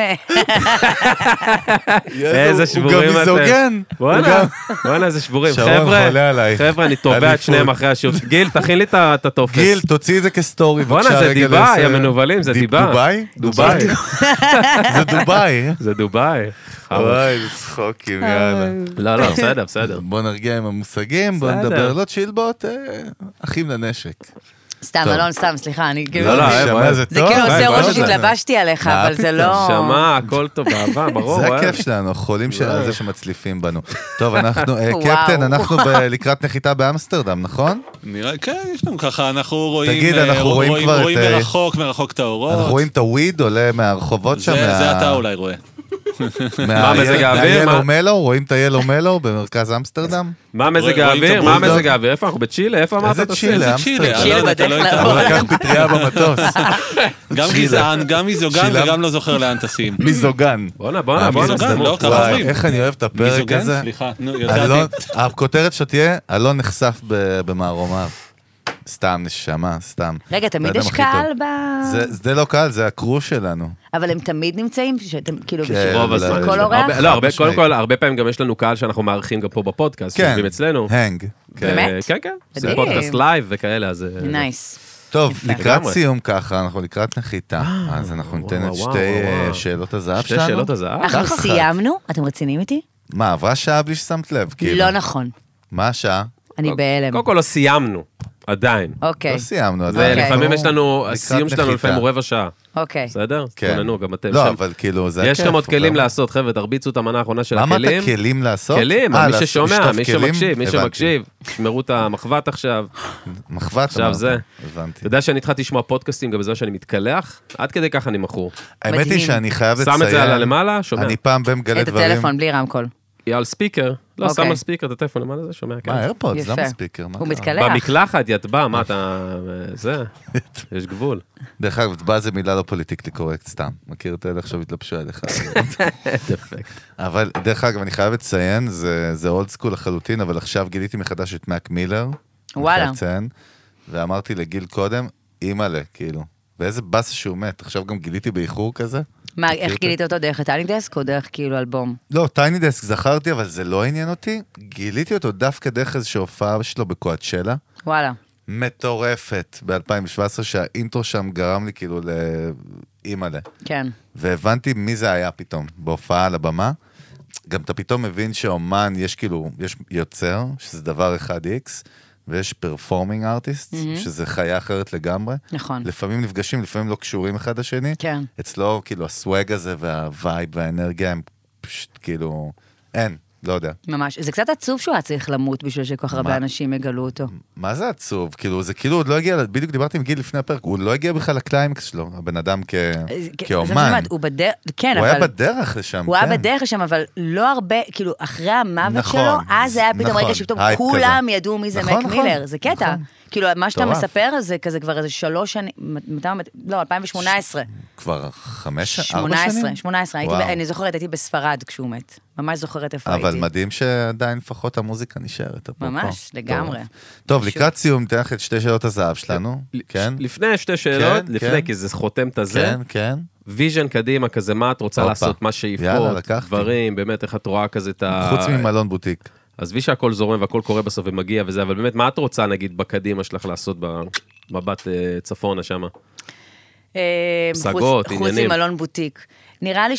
Speaker 1: איזה שבורים אתם.
Speaker 2: הוא גם מיזוגן.
Speaker 1: בואנה, בואנה, איזה שבורים. חבר'ה, חבר'ה, אני תובע את שניהם אחרי השיעור. גיל, תכין לי את הטופס.
Speaker 2: גיל, תוציא את זה כסטורי.
Speaker 1: בואנה, זה דיבה, יא מנובלים, זה דיבה.
Speaker 2: דובאי?
Speaker 1: דובאי.
Speaker 2: זה דובאי.
Speaker 1: זה דובאי.
Speaker 2: וואי, זה צחוקים, יאללה.
Speaker 1: לא, לא, בסדר, בסדר.
Speaker 2: בוא נרגיע עם המושגים, בוא נדבר, לא צ'ילבוט, אחים לנשק.
Speaker 3: סתם, אלון, סתם, סליחה, אני כאילו...
Speaker 1: לא, לא,
Speaker 2: זה
Speaker 3: זה כאילו עושה ראש שהתלבשתי עליך, אבל זה לא...
Speaker 1: שמע, הכל טוב, באהבה, ברור.
Speaker 2: זה הכיף שלנו, חולים על זה שמצליפים בנו. טוב, אנחנו, קפטן, אנחנו לקראת נחיתה באמסטרדם, נכון?
Speaker 4: נראה, כן, יש לנו ככה, אנחנו רואים...
Speaker 2: תגיד, אנחנו רואים כבר את...
Speaker 4: רואים מרחוק, מרחוק את האורות.
Speaker 2: אנחנו רואים את הוויד עולה מהרחובות שם.
Speaker 4: זה אתה אולי רואה.
Speaker 1: מה מזג האוויר?
Speaker 2: מהילו מלו, רואים את היילו מלו במרכז אמסטרדם?
Speaker 1: מה מזג האוויר? מה מזג האוויר? איפה אנחנו? בצ'ילה? איפה אמרת?
Speaker 2: איזה צ'ילה? אמסטרדם.
Speaker 3: צ'ילה בדרך כלל.
Speaker 2: הוא לקח פטריה במטוס.
Speaker 4: גם גזען, גם מיזוגן וגם לא זוכר לאן טסים.
Speaker 2: מיזוגן.
Speaker 1: בואנה, בואנה, בואנה.
Speaker 4: מיזוגן, לא, ככה
Speaker 2: וואי,
Speaker 4: אומרים.
Speaker 2: איך אני אוהב את הפרק
Speaker 4: מיזוגן?
Speaker 2: הזה.
Speaker 4: סליחה, נו,
Speaker 2: אלון,
Speaker 4: ידעתי.
Speaker 2: הכותרת שתהיה, אלון נחשף ב- במערומיו. סתם נשמה, סתם.
Speaker 3: רגע, תמיד
Speaker 2: האדם
Speaker 3: יש
Speaker 2: הכי
Speaker 3: קהל
Speaker 2: טוב.
Speaker 3: ב...
Speaker 2: זה- זה לא קהל, זה הקרו שלנו.
Speaker 3: אבל הם תמיד נמצאים, שאתם כאילו...
Speaker 2: כן,
Speaker 3: בשביל-
Speaker 1: רוב הזמן.
Speaker 3: כל
Speaker 2: לא,
Speaker 3: אורח?
Speaker 1: הרבה- לא, הרבה-
Speaker 2: משמעית.
Speaker 1: קודם כל, הרבה פעמים גם יש לנו קהל שאנחנו מארחים גם פה בפודקאסט,
Speaker 2: כן,
Speaker 1: שיושבים אצלנו.
Speaker 2: הנג. כן.
Speaker 3: באמת?
Speaker 1: כן, כן. זה
Speaker 3: מדהים.
Speaker 1: פודקאסט לייב וכאלה, אז...
Speaker 3: נייס.
Speaker 2: טוב, לקראת
Speaker 1: לגמרי.
Speaker 2: סיום ככה, אנחנו לקראת נחיתה, אז אנחנו ניתן
Speaker 1: וואו,
Speaker 2: את
Speaker 1: וואו,
Speaker 2: שתי
Speaker 1: וואו,
Speaker 2: אה,
Speaker 1: וואו.
Speaker 2: שאלות הזהב
Speaker 1: שתי
Speaker 2: שלנו.
Speaker 1: שאלות הזהב.
Speaker 3: אנחנו
Speaker 2: קח אחת.
Speaker 3: סיימנו? אתם רציניים איתי?
Speaker 2: מה, עברה שעה בלי ששמת לב? כאילו.
Speaker 3: לא נכון.
Speaker 2: מה השעה?
Speaker 3: אני בהלם.
Speaker 1: קודם כל לא סיימנו, עדיין.
Speaker 3: אוקיי,
Speaker 2: לא סיימנו. עדיין.
Speaker 1: ולפעמים יש לנו,
Speaker 2: לקראת
Speaker 1: הסיום שלנו
Speaker 2: נחיתה.
Speaker 1: לפעמים הוא רבע שעה.
Speaker 3: אוקיי.
Speaker 1: בסדר? אז
Speaker 2: כן.
Speaker 1: תתכוננו, גם אתם
Speaker 2: לא,
Speaker 1: שם.
Speaker 2: אבל כאילו, זה
Speaker 1: יש לכם עוד
Speaker 2: הכיף,
Speaker 1: כלים
Speaker 2: לא?
Speaker 1: לעשות, חבר'ה, תרביצו את המנה האחרונה של
Speaker 2: מה אמרת
Speaker 1: הכלים.
Speaker 2: כלים לעשות?
Speaker 1: כלים,
Speaker 2: אה,
Speaker 1: מי
Speaker 2: לעשות-
Speaker 1: ששומע,
Speaker 2: לשטוף
Speaker 1: מי
Speaker 2: כלים?
Speaker 1: שמקשיב, מי
Speaker 2: הבנתי.
Speaker 1: שמקשיב. תשמרו את המחבת עכשיו.
Speaker 2: מחבת
Speaker 1: עכשיו
Speaker 2: אמרת.
Speaker 1: זה.
Speaker 2: הבנתי.
Speaker 1: אתה יודע שאני התחלתי לשמוע פודקאסטים גם בזמן שאני מתקלח? עד כדי ככה אני מכור.
Speaker 2: האמת היא
Speaker 3: מדהים.
Speaker 2: שאני חייב לציין...
Speaker 1: שם את זה על הלמעלה, שומע.
Speaker 2: אני פעם במגלה
Speaker 3: את
Speaker 2: דברים...
Speaker 3: הטלפון בלי רמקול.
Speaker 1: היא על ספיקר. לא,
Speaker 3: אוקיי.
Speaker 1: שם על ספיקר את הטלפון למעלה, זה שומע, כן.
Speaker 2: מה, איירפודס?
Speaker 3: יפה.
Speaker 2: למה ספיקר? מה
Speaker 3: הוא
Speaker 2: קרה?
Speaker 3: מתקלח.
Speaker 1: במקלחת יטבע, מה אתה... זה, יש גבול.
Speaker 2: דרך אגב, הצבעה זה מילה לא פוליטיקלי קורקט, סתם. מכיר את אלה עכשיו התלבשו עליך.
Speaker 1: דפקט.
Speaker 2: אבל דרך אגב, אני חייב לציין, זה, זה אולד סקול לחלוטין, אבל עכשיו גיליתי מחדש את מק מילר.
Speaker 3: וואלה.
Speaker 2: אני חייב לציין, ואמרתי לגיל קודם, אימא'לה, כאילו. ואיזה באס שהוא מת. עכשיו גם גיליתי באיחור כזה.
Speaker 3: מה,
Speaker 2: מכיר
Speaker 3: איך
Speaker 2: את
Speaker 3: גילית אותו? דרך הטייני דסק או דרך כאילו אלבום?
Speaker 2: לא, טייני דסק זכרתי, אבל זה לא עניין אותי. גיליתי אותו דווקא דרך איזושהי הופעה שלו בקואצ'לה.
Speaker 3: וואלה.
Speaker 2: מטורפת ב-אלפיים שבע עשרה, שהאינטרו שם גרם לי כאילו לאימא'לה.
Speaker 3: כן.
Speaker 2: והבנתי מי זה היה פתאום, בהופעה על הבמה. גם אתה פתאום מבין שאומן, יש כאילו, יש יוצר, שזה דבר אחד איקס, ויש פרפורמינג ארטיסט,
Speaker 3: Mm-hmm.
Speaker 2: שזה חיה אחרת לגמרי.
Speaker 3: נכון.
Speaker 2: לפעמים נפגשים, לפעמים לא קשורים אחד לשני.
Speaker 3: כן.
Speaker 2: אצלו, כאילו, הסוואג הזה והווייב והאנרגיה הם פשוט, כאילו, אין, לא יודע.
Speaker 3: ממש. זה קצת עצוב שהוא היה צריך למות בשביל שכל כך הרבה
Speaker 2: מה?
Speaker 3: אנשים יגלו אותו.
Speaker 2: מה זה עצוב? כאילו, זה כאילו עוד לא הגיע, בדיוק דיברתי עם גיל לפני הפרק, הוא לא הגיע בכלל לקליימקס שלו, הבן אדם כ...
Speaker 3: זה מה שאני
Speaker 2: כאומן.
Speaker 3: אומרת, הוא בדרך, כן,
Speaker 2: הוא
Speaker 3: אבל...
Speaker 2: היה בדרך לשם,
Speaker 3: הוא
Speaker 2: כן.
Speaker 3: היה בדרך לשם, אבל לא הרבה, כאילו, אחרי המוות
Speaker 2: נכון,
Speaker 3: שלו, אז זה היה פתאום
Speaker 2: נכון,
Speaker 3: רגע שפתאום
Speaker 2: הייפ
Speaker 3: כולם ידעו מי זה
Speaker 2: נכון,
Speaker 3: מק
Speaker 2: נכון,
Speaker 3: מילר, זה קטע.
Speaker 2: נכון.
Speaker 3: כאילו, מה שאתה
Speaker 2: מטורף.
Speaker 3: מספר זה כזה כבר איזה שלוש שנים, מתי, לא, אלפיים שמונה עשרה.
Speaker 2: כבר חמש, ארבע
Speaker 3: שמונה עשרה,
Speaker 2: שנים?
Speaker 3: שמונה עשרה, הייתי ב-
Speaker 2: וואו.
Speaker 3: אני זוכרת, הייתי בספרד כשהוא מת. ממש זוכרת איפה
Speaker 2: אבל
Speaker 3: הייתי.
Speaker 2: מדהים שעדיין לפחות המוזיקה נשארת. אפרופו.
Speaker 3: ממש, לגמרי.
Speaker 2: טוב, טוב,
Speaker 3: פשוט.
Speaker 2: לקראת סיום, ניתן לך את שתי שאלות הזהב שלנו. כן?
Speaker 1: לפני שתי שאלות,
Speaker 2: כן,
Speaker 1: לפני,
Speaker 2: כן.
Speaker 1: כי זה חותם את הזה.
Speaker 2: כן, כן.
Speaker 1: ויז'ן קדימה, כזה, מה את רוצה
Speaker 2: הופה.
Speaker 1: לעשות, מה
Speaker 2: יאללה,
Speaker 1: שאיפות,
Speaker 2: לקחתי.
Speaker 1: דברים, באמת, איך את רואה כזה את ה...
Speaker 2: חוץ ממלון בוטיק.
Speaker 1: עזבי שהכל זורם והכל קורה בסוף ומגיע וזה, אבל באמת, מה את רוצה, נגיד, בקדימה שלך לעשות במבט אה, צפונה שמה?
Speaker 3: אה,
Speaker 1: פסגות,
Speaker 3: חוץ-
Speaker 1: עניינים.
Speaker 3: חוץ ממלון בוטיק. נראה לי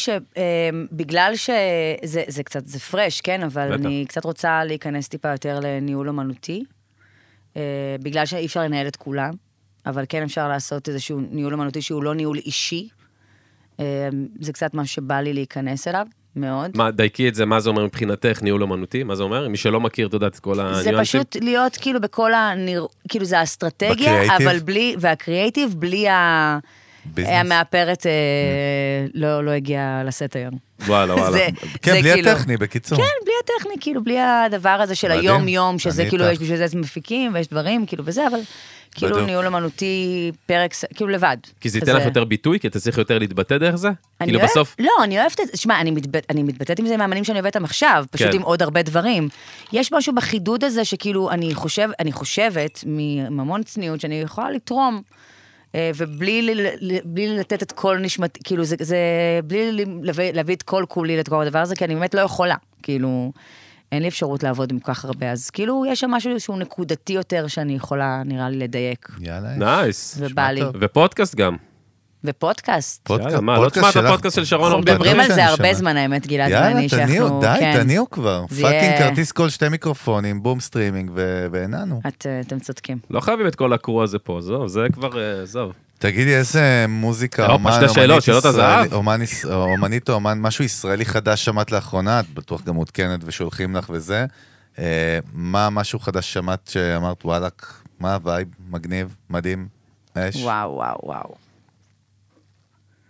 Speaker 3: שבגלל שזה זה קצת, זה פרש, כן, אבל
Speaker 1: בטח.
Speaker 3: אני קצת רוצה להיכנס טיפה יותר לניהול אומנותי, אה, בגלל שאי אפשר לנהל את כולם, אבל כן אפשר לעשות איזשהו ניהול אומנותי שהוא לא ניהול אישי. אה, זה קצת מה שבא לי להיכנס אליו, מאוד.
Speaker 1: מה, דייקי את זה, מה זה אומר מבחינתך, ניהול אומנותי? מה זה אומר? מי שלא מכיר, אתה יודעת, את כל
Speaker 3: זה
Speaker 1: הניואנסים?
Speaker 3: פשוט להיות כאילו בכל הנרא... כאילו זה האסטרטגיה,
Speaker 2: בקריאייטיב?
Speaker 3: אבל בלי, והקריאייטיב בלי ה...
Speaker 2: ביזנס.
Speaker 3: המאפרת אה, לא לא הגיע לסט היום.
Speaker 1: וואלה, וואלה.
Speaker 3: זה-
Speaker 2: כן,
Speaker 3: זה
Speaker 2: בלי
Speaker 3: כאילו-
Speaker 2: הטכני, בקיצור.
Speaker 3: כן, בלי הטכני, כאילו, בלי הדבר הזה של
Speaker 2: מדהים.
Speaker 3: היום-יום, שזה
Speaker 2: אני
Speaker 3: כאילו,
Speaker 2: איתך.
Speaker 3: יש בשביל זה מפיקים, ויש דברים, כאילו, וזה, אבל כאילו
Speaker 2: בדיוק.
Speaker 3: ניהול אומנותי, פרק, ס- כאילו, לבד.
Speaker 1: כי זה ייתן
Speaker 3: כזה.
Speaker 1: לך יותר ביטוי, כי אתה צריך יותר להתבטא דרך זה?
Speaker 3: אני
Speaker 1: כאילו
Speaker 3: אוהב-
Speaker 1: בסוף...
Speaker 3: לא, אני אוהבת את זה. שמע, אני מתבט- אני מתבטאת עם זה מהאמנים שאני עובדת עכשיו, פשוט
Speaker 1: כן.
Speaker 3: עם עוד הרבה דברים. יש משהו בחידוד הזה שכאילו, אני חושב, אני חושבת, ממון צניעות, שאני יכולה לתרום, אה, ובלי ל- ל- בלי לתת את כל נשמת, כאילו, זה, זה בלי להביא, להביא את כל כולי לתקור הדבר הזה, כי אני באמת לא יכולה, כאילו, אין לי אפשרות לעבוד עם כל כך הרבה, אז כאילו, יש שם משהו שהוא נקודתי יותר, שאני יכולה, נראה לי, לדייק.
Speaker 2: יאללה.
Speaker 1: נייס.
Speaker 3: ובא לי.
Speaker 2: טוב.
Speaker 1: ופודקאסט גם.
Speaker 3: ופודקאסט.
Speaker 2: פודקאסט-
Speaker 1: יאללה, מה, לא
Speaker 2: פודקאסט
Speaker 1: תשמע את
Speaker 2: שלך-
Speaker 1: הפודקאסט של שרון
Speaker 3: אנחנו
Speaker 1: אורטל?
Speaker 3: מדברים על
Speaker 2: שאני
Speaker 3: זה הרבה
Speaker 2: שומע.
Speaker 3: זמן, האמת, גלעד
Speaker 2: יאללה,
Speaker 3: ואני,
Speaker 2: תניעו,
Speaker 3: שאנחנו...
Speaker 2: די,
Speaker 3: כן.
Speaker 2: תניעו כבר.
Speaker 3: זה
Speaker 2: פאקינג
Speaker 3: יהיה-
Speaker 2: כרטיס כל שתי מיקרופונים, בום סטרימינג, ו- והנענו.
Speaker 3: את, אה, אתם צודקים.
Speaker 1: לא חייבים את כל הקרו הזה פה, זהו, זה כבר, אה, זהו.
Speaker 2: תגידי, איזה מוזיקה,
Speaker 1: הופה,
Speaker 2: אומן,
Speaker 1: שתי שאלות,
Speaker 2: אומנית
Speaker 1: שאלות
Speaker 2: ישראלי-
Speaker 1: הזהב.
Speaker 2: אומן יש- אומנית או אומן, משהו ישראלי חדש שמעת לאחרונה, את בטוח גם מעודכנת ושולחים לך וזה. אה, מה משהו חדש שמעת שאמרת, וואלק, מה הווייב, מגניב, מדהים, אש?
Speaker 3: וואו, וואו, וואו.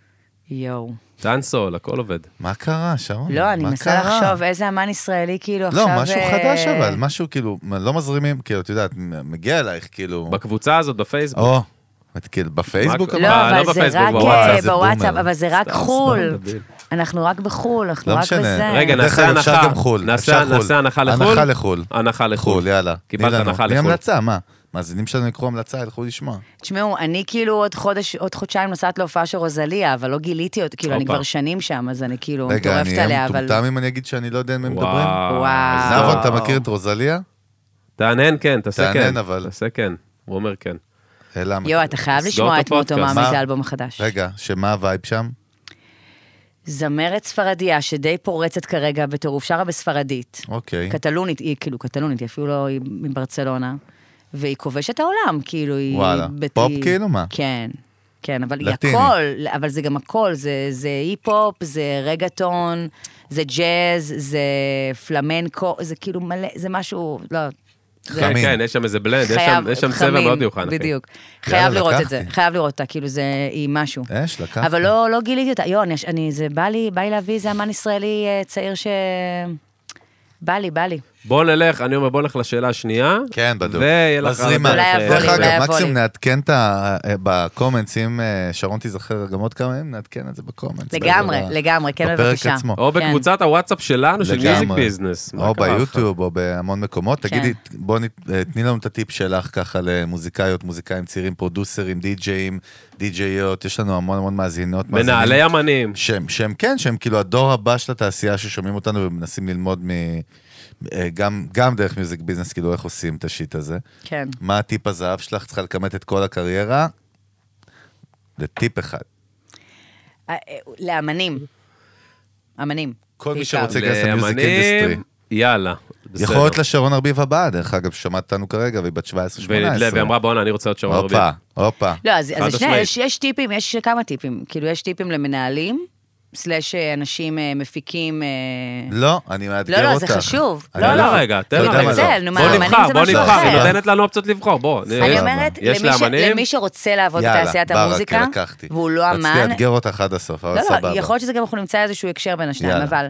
Speaker 3: יואו.
Speaker 1: דנסול, הכל עובד.
Speaker 2: מה קרה, שרון?
Speaker 3: לא, אני מנסה לחשוב איזה אמן ישראלי כאילו עכשיו...
Speaker 2: לא, משהו חדש אבל, משהו כאילו, לא מזרימים, כאילו, את יודעת, מגיע אלייך כאילו...
Speaker 1: בקבוצה הזאת, בפייסבוק.
Speaker 2: או, כאילו, בפייסבוק?
Speaker 3: לא, אבל זה רק בוואטסאפ, אבל זה רק חול. אנחנו רק בחול, אנחנו רק בזה.
Speaker 1: רגע, נעשה הנחה. נעשה הנחה לחול?
Speaker 2: הנחה לחול.
Speaker 1: הנחה לחול,
Speaker 2: יאללה.
Speaker 1: קיבלת הנחה לחול.
Speaker 2: אני המלצה, מה? מאזינים שלנו לקרוא המלצה, ילכו לשמוע.
Speaker 3: תשמעו, אני כאילו עוד חודש, עוד חודשיים נוסעת להופעה של רוזליה, אבל לא גיליתי אותה, כאילו אני כבר שנים שם, אז אני כאילו מטורפת עליה, אבל...
Speaker 2: רגע, אני מטומטם אם אני אגיד שאני לא יודע אם הם מדברים?
Speaker 3: וואו.
Speaker 2: נאבון, אתה מכיר את רוזליה?
Speaker 1: תענן כן, תעשה כן.
Speaker 2: תענן אבל.
Speaker 1: תעשה כן, הוא אומר כן.
Speaker 3: יו, אתה חייב לשמוע את מוטו מאמי, זה האלבום החדש.
Speaker 2: רגע, שמה הווייב שם?
Speaker 3: זמרת ספרדיה, שדי פורצת כרגע בטירוף, שרה בספרדית.
Speaker 2: אוקיי.
Speaker 3: קטלונית, היא כאילו קטלונית, היא אפילו לא מברצלונה. והיא כובשת העולם, כאילו, היא...
Speaker 2: וואלה, פופ כאילו מה?
Speaker 3: כן, כן, אבל היא
Speaker 2: לטיני.
Speaker 3: הכל, אבל זה גם הכל, זה, זה היפ-הופ, זה רגטון, זה ג'אז, זה פלמנקו, זה כאילו מלא, זה משהו, לא...
Speaker 1: כן, כן, יש שם איזה בלנד, יש שם צבע מאוד מיוחד.
Speaker 3: בדיוק, חייב לראות את זה, חייב לראות אותה, כאילו זה, היא משהו.
Speaker 2: יש, לקחתי.
Speaker 3: אבל לא גיליתי אותה, יו, אני, זה בא לי, בא לי להביא איזה אמן ישראלי צעיר ש... בא לי, בא לי.
Speaker 1: בוא נלך, אני אומר, בוא נלך לשאלה השנייה.
Speaker 2: כן, בדיוק.
Speaker 1: ויהיה לך...
Speaker 3: אולי יבוא לי,
Speaker 2: דרך
Speaker 3: אולי
Speaker 2: אגב,
Speaker 3: יבוא
Speaker 2: מקסימום
Speaker 3: לי.
Speaker 2: נעדכן את ה... בקומנטס, אם שרון תיזכר גם עוד כמה ימים, נעדכן את זה בקומנטס.
Speaker 3: לגמרי, לגמרי, כן בבקשה.
Speaker 1: או בקבוצת הוואטסאפ שלנו, של מיוזיק ביזנס.
Speaker 2: או ביוטיוב, או בהמון מקומות. תגידי, בוא תני לנו את הטיפ שלך ככה למוזיקאיות, מוזיקאים צעירים, פרודוסרים, די-ג'אים, די-ג'איות, יש לנו המון המון מאזינות.
Speaker 1: מנהלי אמנים.
Speaker 2: שהם כן, שהם כאילו הדור הבא של התעשייה ששומעים אותנו ומנסים ללמוד מ... גם, גם דרך מיוזיק ביזנס, כאילו איך עושים את השיט הזה.
Speaker 3: כן.
Speaker 2: מה הטיפ הזהב שלך? צריכה לקמת את כל הקריירה? זה טיפ אחד.
Speaker 3: לאמנים. אמנים.
Speaker 2: כל מי שרוצה להיכנס למיוזיק אינדסטרי.
Speaker 1: יאללה.
Speaker 2: יכול להיות לשרון ארביב הבאה, דרך אגב, שמעת אותנו כרגע, והיא בת שבע עשרה שמונה עשרה.
Speaker 1: ואמרה, בוא'נה, אני רוצה להיות שרון ארביב.
Speaker 2: הופה, הופה.
Speaker 3: לא, אז יש טיפים, יש כמה טיפים. כאילו, יש טיפים למנהלים, סלש אנשים מפיקים...
Speaker 2: לא, אני מאתגר
Speaker 3: אותך.
Speaker 2: לא,
Speaker 3: לא, זה חשוב.
Speaker 1: לא, לא, רגע, תן לנו. בוא נבחר, בוא נבחר, היא נותנת לנו אופציות לבחור, בוא.
Speaker 3: אני אומרת, למי שרוצה לעבוד בתעשיית המוזיקה, והוא לא אמן...
Speaker 2: רציתי לאתגר אותך עד הסוף, אבל סבבה.
Speaker 3: לא, לא, יכול להיות שזה גם אנחנו נמצא איזשהו הקשר בין השניים, אבל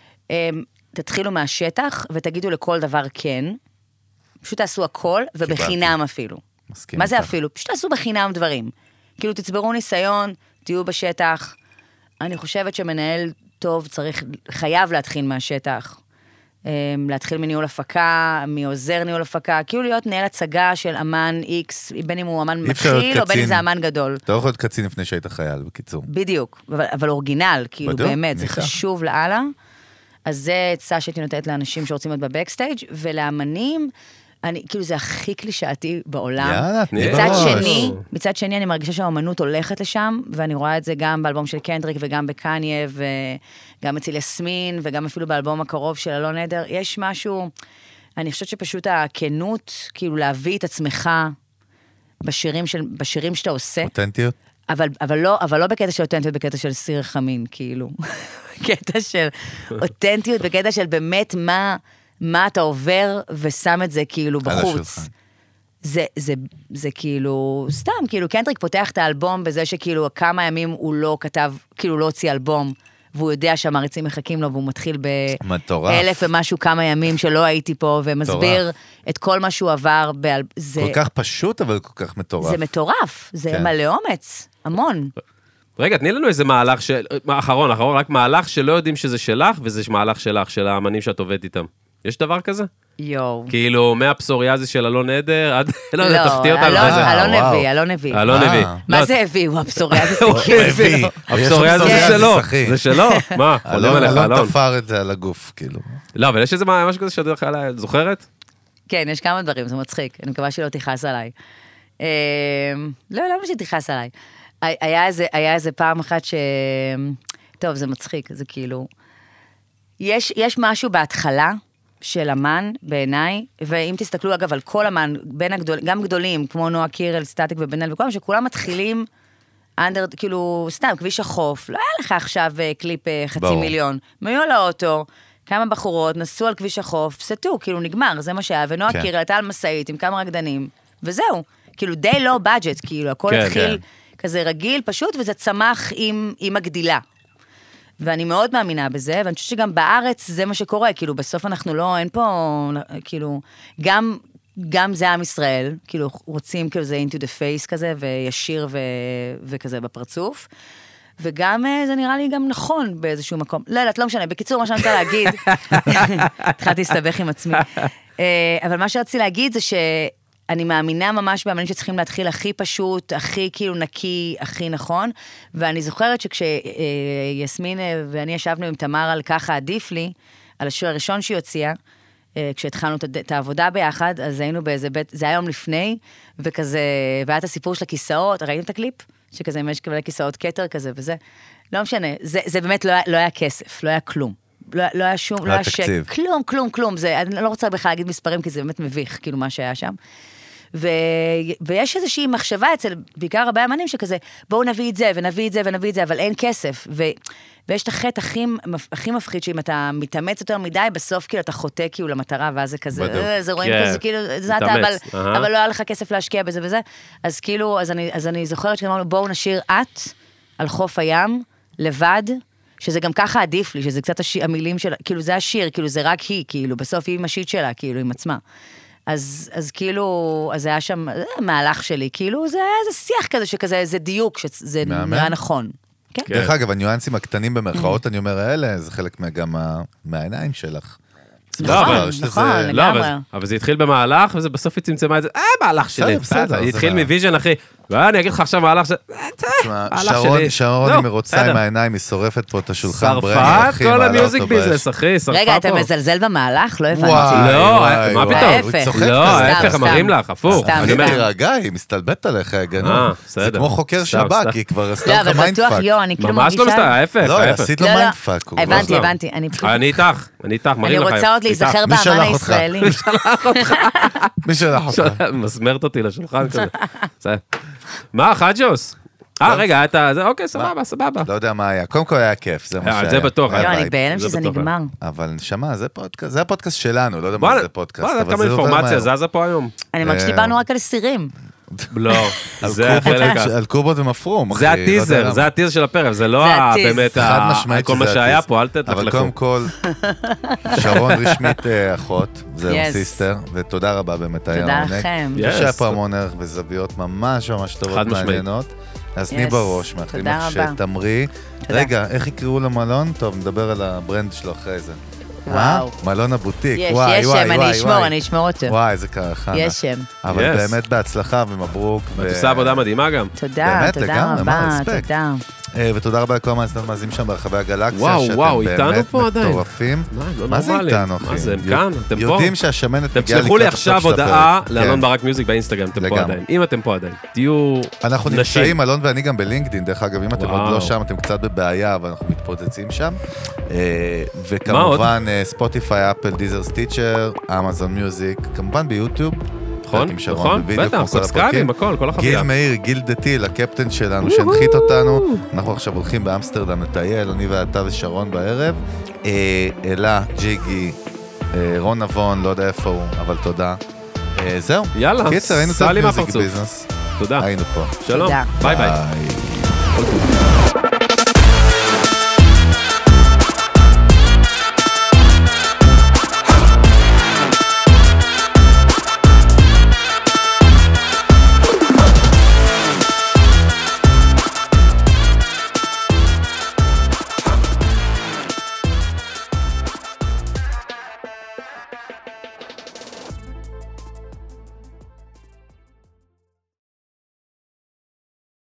Speaker 3: תתחילו מהשטח, ותגידו לכל דבר כן, פשוט תעשו הכל, ובחינם אפילו. מה זה אפילו? פשוט תעשו בחינם דברים. כאילו, תצברו ניסיון, תהיו בשטח. אני חושבת שמנהל טוב צריך, חייב להתחיל מהשטח. להתחיל מניהול הפקה, מעוזר ניהול הפקה, כאילו להיות מנהל הצגה של אמן איקס, בין אם הוא אמן מתחיל או בין אם זה אמן גדול.
Speaker 2: אתה לא יכול להיות קצין לפני שהיית חייל, בקיצור.
Speaker 3: בדיוק, אבל, אבל אורגינל, כאילו באמת, זה חשוב לאללה. אז זה עצה שהייתי נותנת לאנשים שרוצים להיות בבקסטייג' ולאמנים, אני, כאילו זה הכי קלישאתי בעולם.
Speaker 2: יאללה, תני
Speaker 3: מצד
Speaker 2: בראש.
Speaker 3: שני, מצד שני אני מרגישה שהאמנות הולכת לשם, ואני רואה את זה גם באלבום של קנדריק וגם בקניה, וגם אצל יסמין, וגם אפילו באלבום הקרוב של אלון נדר. יש משהו, אני חושבת שפשוט הכנות, כאילו להביא את עצמך בשירים, של, בשירים שאתה עושה.
Speaker 2: אותנטיות?
Speaker 3: אבל, אבל לא, אבל לא בקטע של אותנטיות, בקטע של סיר חמין, כאילו. בקטע של אותנטיות, בקטע של באמת מה... מה אתה עובר ושם את זה כאילו בחוץ. זה, זה, זה כאילו, סתם, כאילו, קנדריק פותח את האלבום בזה שכאילו כמה ימים הוא לא כתב, כאילו לא הוציא אלבום, והוא יודע שהמריצים מחכים לו, והוא מתחיל באלף ומשהו כמה ימים שלא הייתי פה, ומסביר את כל מה שהוא עבר. באל... זה...
Speaker 2: כל כך פשוט, אבל כל כך מטורף.
Speaker 3: זה מטורף, זה כן. מלא אומץ, המון.
Speaker 1: רגע, תני לנו איזה מהלך של, אחרון, אחרון, רק מהלך שלא יודעים שזה שלך, וזה מהלך שלך, של האמנים שאת עובדת איתם. יש דבר כזה?
Speaker 3: יואו.
Speaker 1: כאילו, מהפסוריאזי של אלון נדר, עד,
Speaker 3: לא יודע, תפתיע אותנו. אלון נביא, אלון נביא.
Speaker 1: אלון נביא.
Speaker 3: מה זה הביא? הוא הפסוריאזי
Speaker 2: הביא.
Speaker 1: הפסוריאזי זה שלו. זה שלו. מה?
Speaker 2: אלון תפר את זה על הגוף, כאילו.
Speaker 1: לא, אבל יש איזה משהו כזה שאת זוכרת?
Speaker 3: כן, יש כמה דברים, זה מצחיק. אני מקווה שלא תיחס עליי. לא, למה שתיחס עליי? היה איזה פעם אחת ש... טוב, זה מצחיק, זה כאילו... יש משהו בהתחלה, של אמן בעיניי, ואם תסתכלו אגב על כל אמן, בין הגדול, גם גדולים, כמו נועה קירל, סטטיק ובן-אל וכולם, שכולם מתחילים, אנדר, כאילו, סתם, כביש החוף, לא היה לך עכשיו קליפ חצי ברור. מיליון, מיו לאוטו, כמה בחורות, נסעו על כביש החוף, סטו, כאילו נגמר, זה מה שהיה, ונועה כן. קירל הייתה על מסעית עם כמה רקדנים, וזהו, כאילו די לא בדג'ט, כאילו, הכל כן, התחיל, כן. כזה רגיל, פשוט, וזה צמח עם, עם הגדילה. ואני מאוד מאמינה בזה, ואני חושבת שגם בארץ זה מה שקורה, כאילו, בסוף אנחנו לא, אין פה, כאילו, גם, גם זה עם ישראל, כאילו, רוצים, כאילו, זה into the face כזה, וישיר ו, וכזה בפרצוף, וגם זה נראה לי גם נכון באיזשהו מקום. לא, לא, לא משנה, בקיצור, מה שאני רוצה להגיד, התחלתי להסתבך עם עצמי, אבל מה שרציתי להגיד זה שאני מאמינה ממש באמנים שצריכים להתחיל הכי פשוט, הכי כאילו נקי, הכי נכון, ואני זוכרת שכשיסמין ואני ישבנו עם תמר על ככה עדיף לי, על השיר הראשון שהיא הוציאה, כשהתחלנו את העבודה ביחד, אז היינו באיזה בית, זה היה יום לפני, וכזה, והיה את הסיפור של הכיסאות, ראיתם את הקליפ? שכזה יש כאלה כיסאות קטר כזה וזה, לא משנה, זה, זה באמת לא היה, לא היה כסף, לא היה כלום. לא, לא היה שום, לא היה שק, כלום, כלום, כלום, זה, אני לא רוצה בכלל להגיד מספרים, כי זה באמת מביך, כאילו מה שהיה שם. ו, ויש איזושהי מחשבה אצל בעיקר הרבה אמנים שכזה, בואו נביא את זה, ונביא את זה, ונביא את זה, אבל אין כסף. ו, ויש את החטא הכי, הכי מפחיד, שאם אתה מתאמץ יותר מדי, בסוף כאילו אתה חוטא כאילו למטרה, ואז זה כזה, אה, זה רואים כזה, כאילו, זה אתה, אבל, אבל לא היה לך כסף להשקיע בזה וזה. אז כאילו, אז אני, אז אני זוכרת שאמרנו, בואו נשאיר את על חוף הים, לבד, שזה גם ככה עדיף לי, שזה קצת השיר, המילים של, כאילו זה השיר, כאילו זה רק היא, כאילו בסוף היא עם השיט שלה, כאילו עם עצמה. אז, אז כאילו, אז היה שם, זה מהלך שלי, כאילו זה היה איזה שיח כזה, שכזה, זה דיוק, שזה נראה נכון. כן?
Speaker 2: דרך אגב, הניואנסים הקטנים במרכאות, אני אומר, האלה, זה חלק גם מהעיניים שלך.
Speaker 3: נכון, נכון, לגמרי.
Speaker 1: אבל זה התחיל במהלך, וזה בסוף היא צמצמה את זה, אה, מהלך שלי. היא התחיל מוויז'ן, אחי. ואני אגיד לך עכשיו מהלך שלי.
Speaker 2: שרון, שרון, היא מרוצה עם העיניים, היא שורפת פה את השולחן
Speaker 1: שרפת כל המיוזיק ביזנס, אחי, שרפה פה.
Speaker 3: רגע, אתה מזלזל במהלך? לא הבנתי.
Speaker 1: לא, מה פתאום? לא, ההפך, אמרים לך, הפוך.
Speaker 2: אני אומר, תירגע, היא מסתלבט עליך, הגנות. זה כמו חוקר שב"כ, היא כבר עשתה לך מיינדפאק.
Speaker 1: ממש לא מסתלבט, ההפך.
Speaker 2: לא, עשית לו מיינדפאק.
Speaker 3: הבנתי, הבנתי.
Speaker 1: אני איתך, אני איתך, מראים לך.
Speaker 3: אני רוצה עוד להיזכר באמן הישראלי.
Speaker 2: מי שלח אותך?
Speaker 1: מסמרת אותי לשולחן כזה. מה, חג'וס? אה, רגע, אתה, אוקיי, סבבה, סבבה.
Speaker 2: לא יודע מה היה. קודם כל היה כיף, זה מה שהיה.
Speaker 1: זה בטוח.
Speaker 3: לא, אני בהלם שזה נגמר.
Speaker 2: אבל נשמע, זה פודקאסט, זה הפודקאסט שלנו, לא יודע מה זה פודקאסט.
Speaker 1: בוא, כמה אינפורמציה זזה פה היום.
Speaker 3: אני מרגיש שדיברנו רק על סירים.
Speaker 1: לא, זה החלק.
Speaker 2: על קובות ומפרום.
Speaker 1: זה הטיזר, זה הטיזר של הפרק, זה לא באמת כל מה שהיה פה, אל תתלכלכו.
Speaker 2: אבל קודם כל, שרון רשמית אחות, זהו סיסטר, ותודה רבה באמת היה עונג.
Speaker 3: תודה לכם.
Speaker 2: יש היה פה המון ערך וזוויות ממש ממש טובות מעניינות. אז תני בראש, מאחלים לך שתמרי. רגע, איך יקראו למלון? טוב, נדבר על הברנד שלו אחרי זה. מה? מלון הבוטיק, וואי,
Speaker 3: יש
Speaker 2: וואי,
Speaker 3: שם, אני אשמור, אני אשמור אותו.
Speaker 2: וואי, איזה קרחנה.
Speaker 3: יש שם.
Speaker 2: אבל באמת בהצלחה ומברוק.
Speaker 1: ואת עושה עבודה מדהימה גם.
Speaker 3: תודה, תודה רבה, תודה.
Speaker 2: ותודה רבה לכל המאזינים מאזינים שם ברחבי הגלקסיה,
Speaker 1: וואו, וואו, איתנו פה עדיין.
Speaker 2: מטורפים. מה זה איתנו, אחי?
Speaker 1: מה זה, הם כאן, אתם פה.
Speaker 2: יודעים שהשמנת
Speaker 1: אתם תשלחו לי עכשיו הודעה לאלון ברק מיוזיק באינסטגרם, אתם פה עדיין. אם אתם פה עדיין, תהיו נשים.
Speaker 2: אנחנו נמצאים, אלון ואני גם בלינקדין, דרך אגב, אם אתם עוד לא שם, אתם קצת בבעיה, אבל אנחנו מתפוצצים שם. וכמובן, ספוטיפיי, אפל, דיזר, סטיצ'ר, אמזון מיוזיק, כמובן ביוטיוב.
Speaker 1: נכון, נכון, בטח, סאבסקרייבים, הכל, כל החבילה.
Speaker 2: גיל מאיר, גיל דתיל, הקפטן שלנו, שהנחית אותנו. אנחנו עכשיו הולכים באמסטרדם לטייל, אני ואתה ושרון בערב. אלה, ג'יגי, רון נבון, לא יודע איפה הוא, אבל תודה. זהו.
Speaker 1: יאללה,
Speaker 2: קיצר, היינו טוב מיוזיק ביזנס.
Speaker 1: תודה.
Speaker 2: היינו פה.
Speaker 1: שלום, ביי ביי.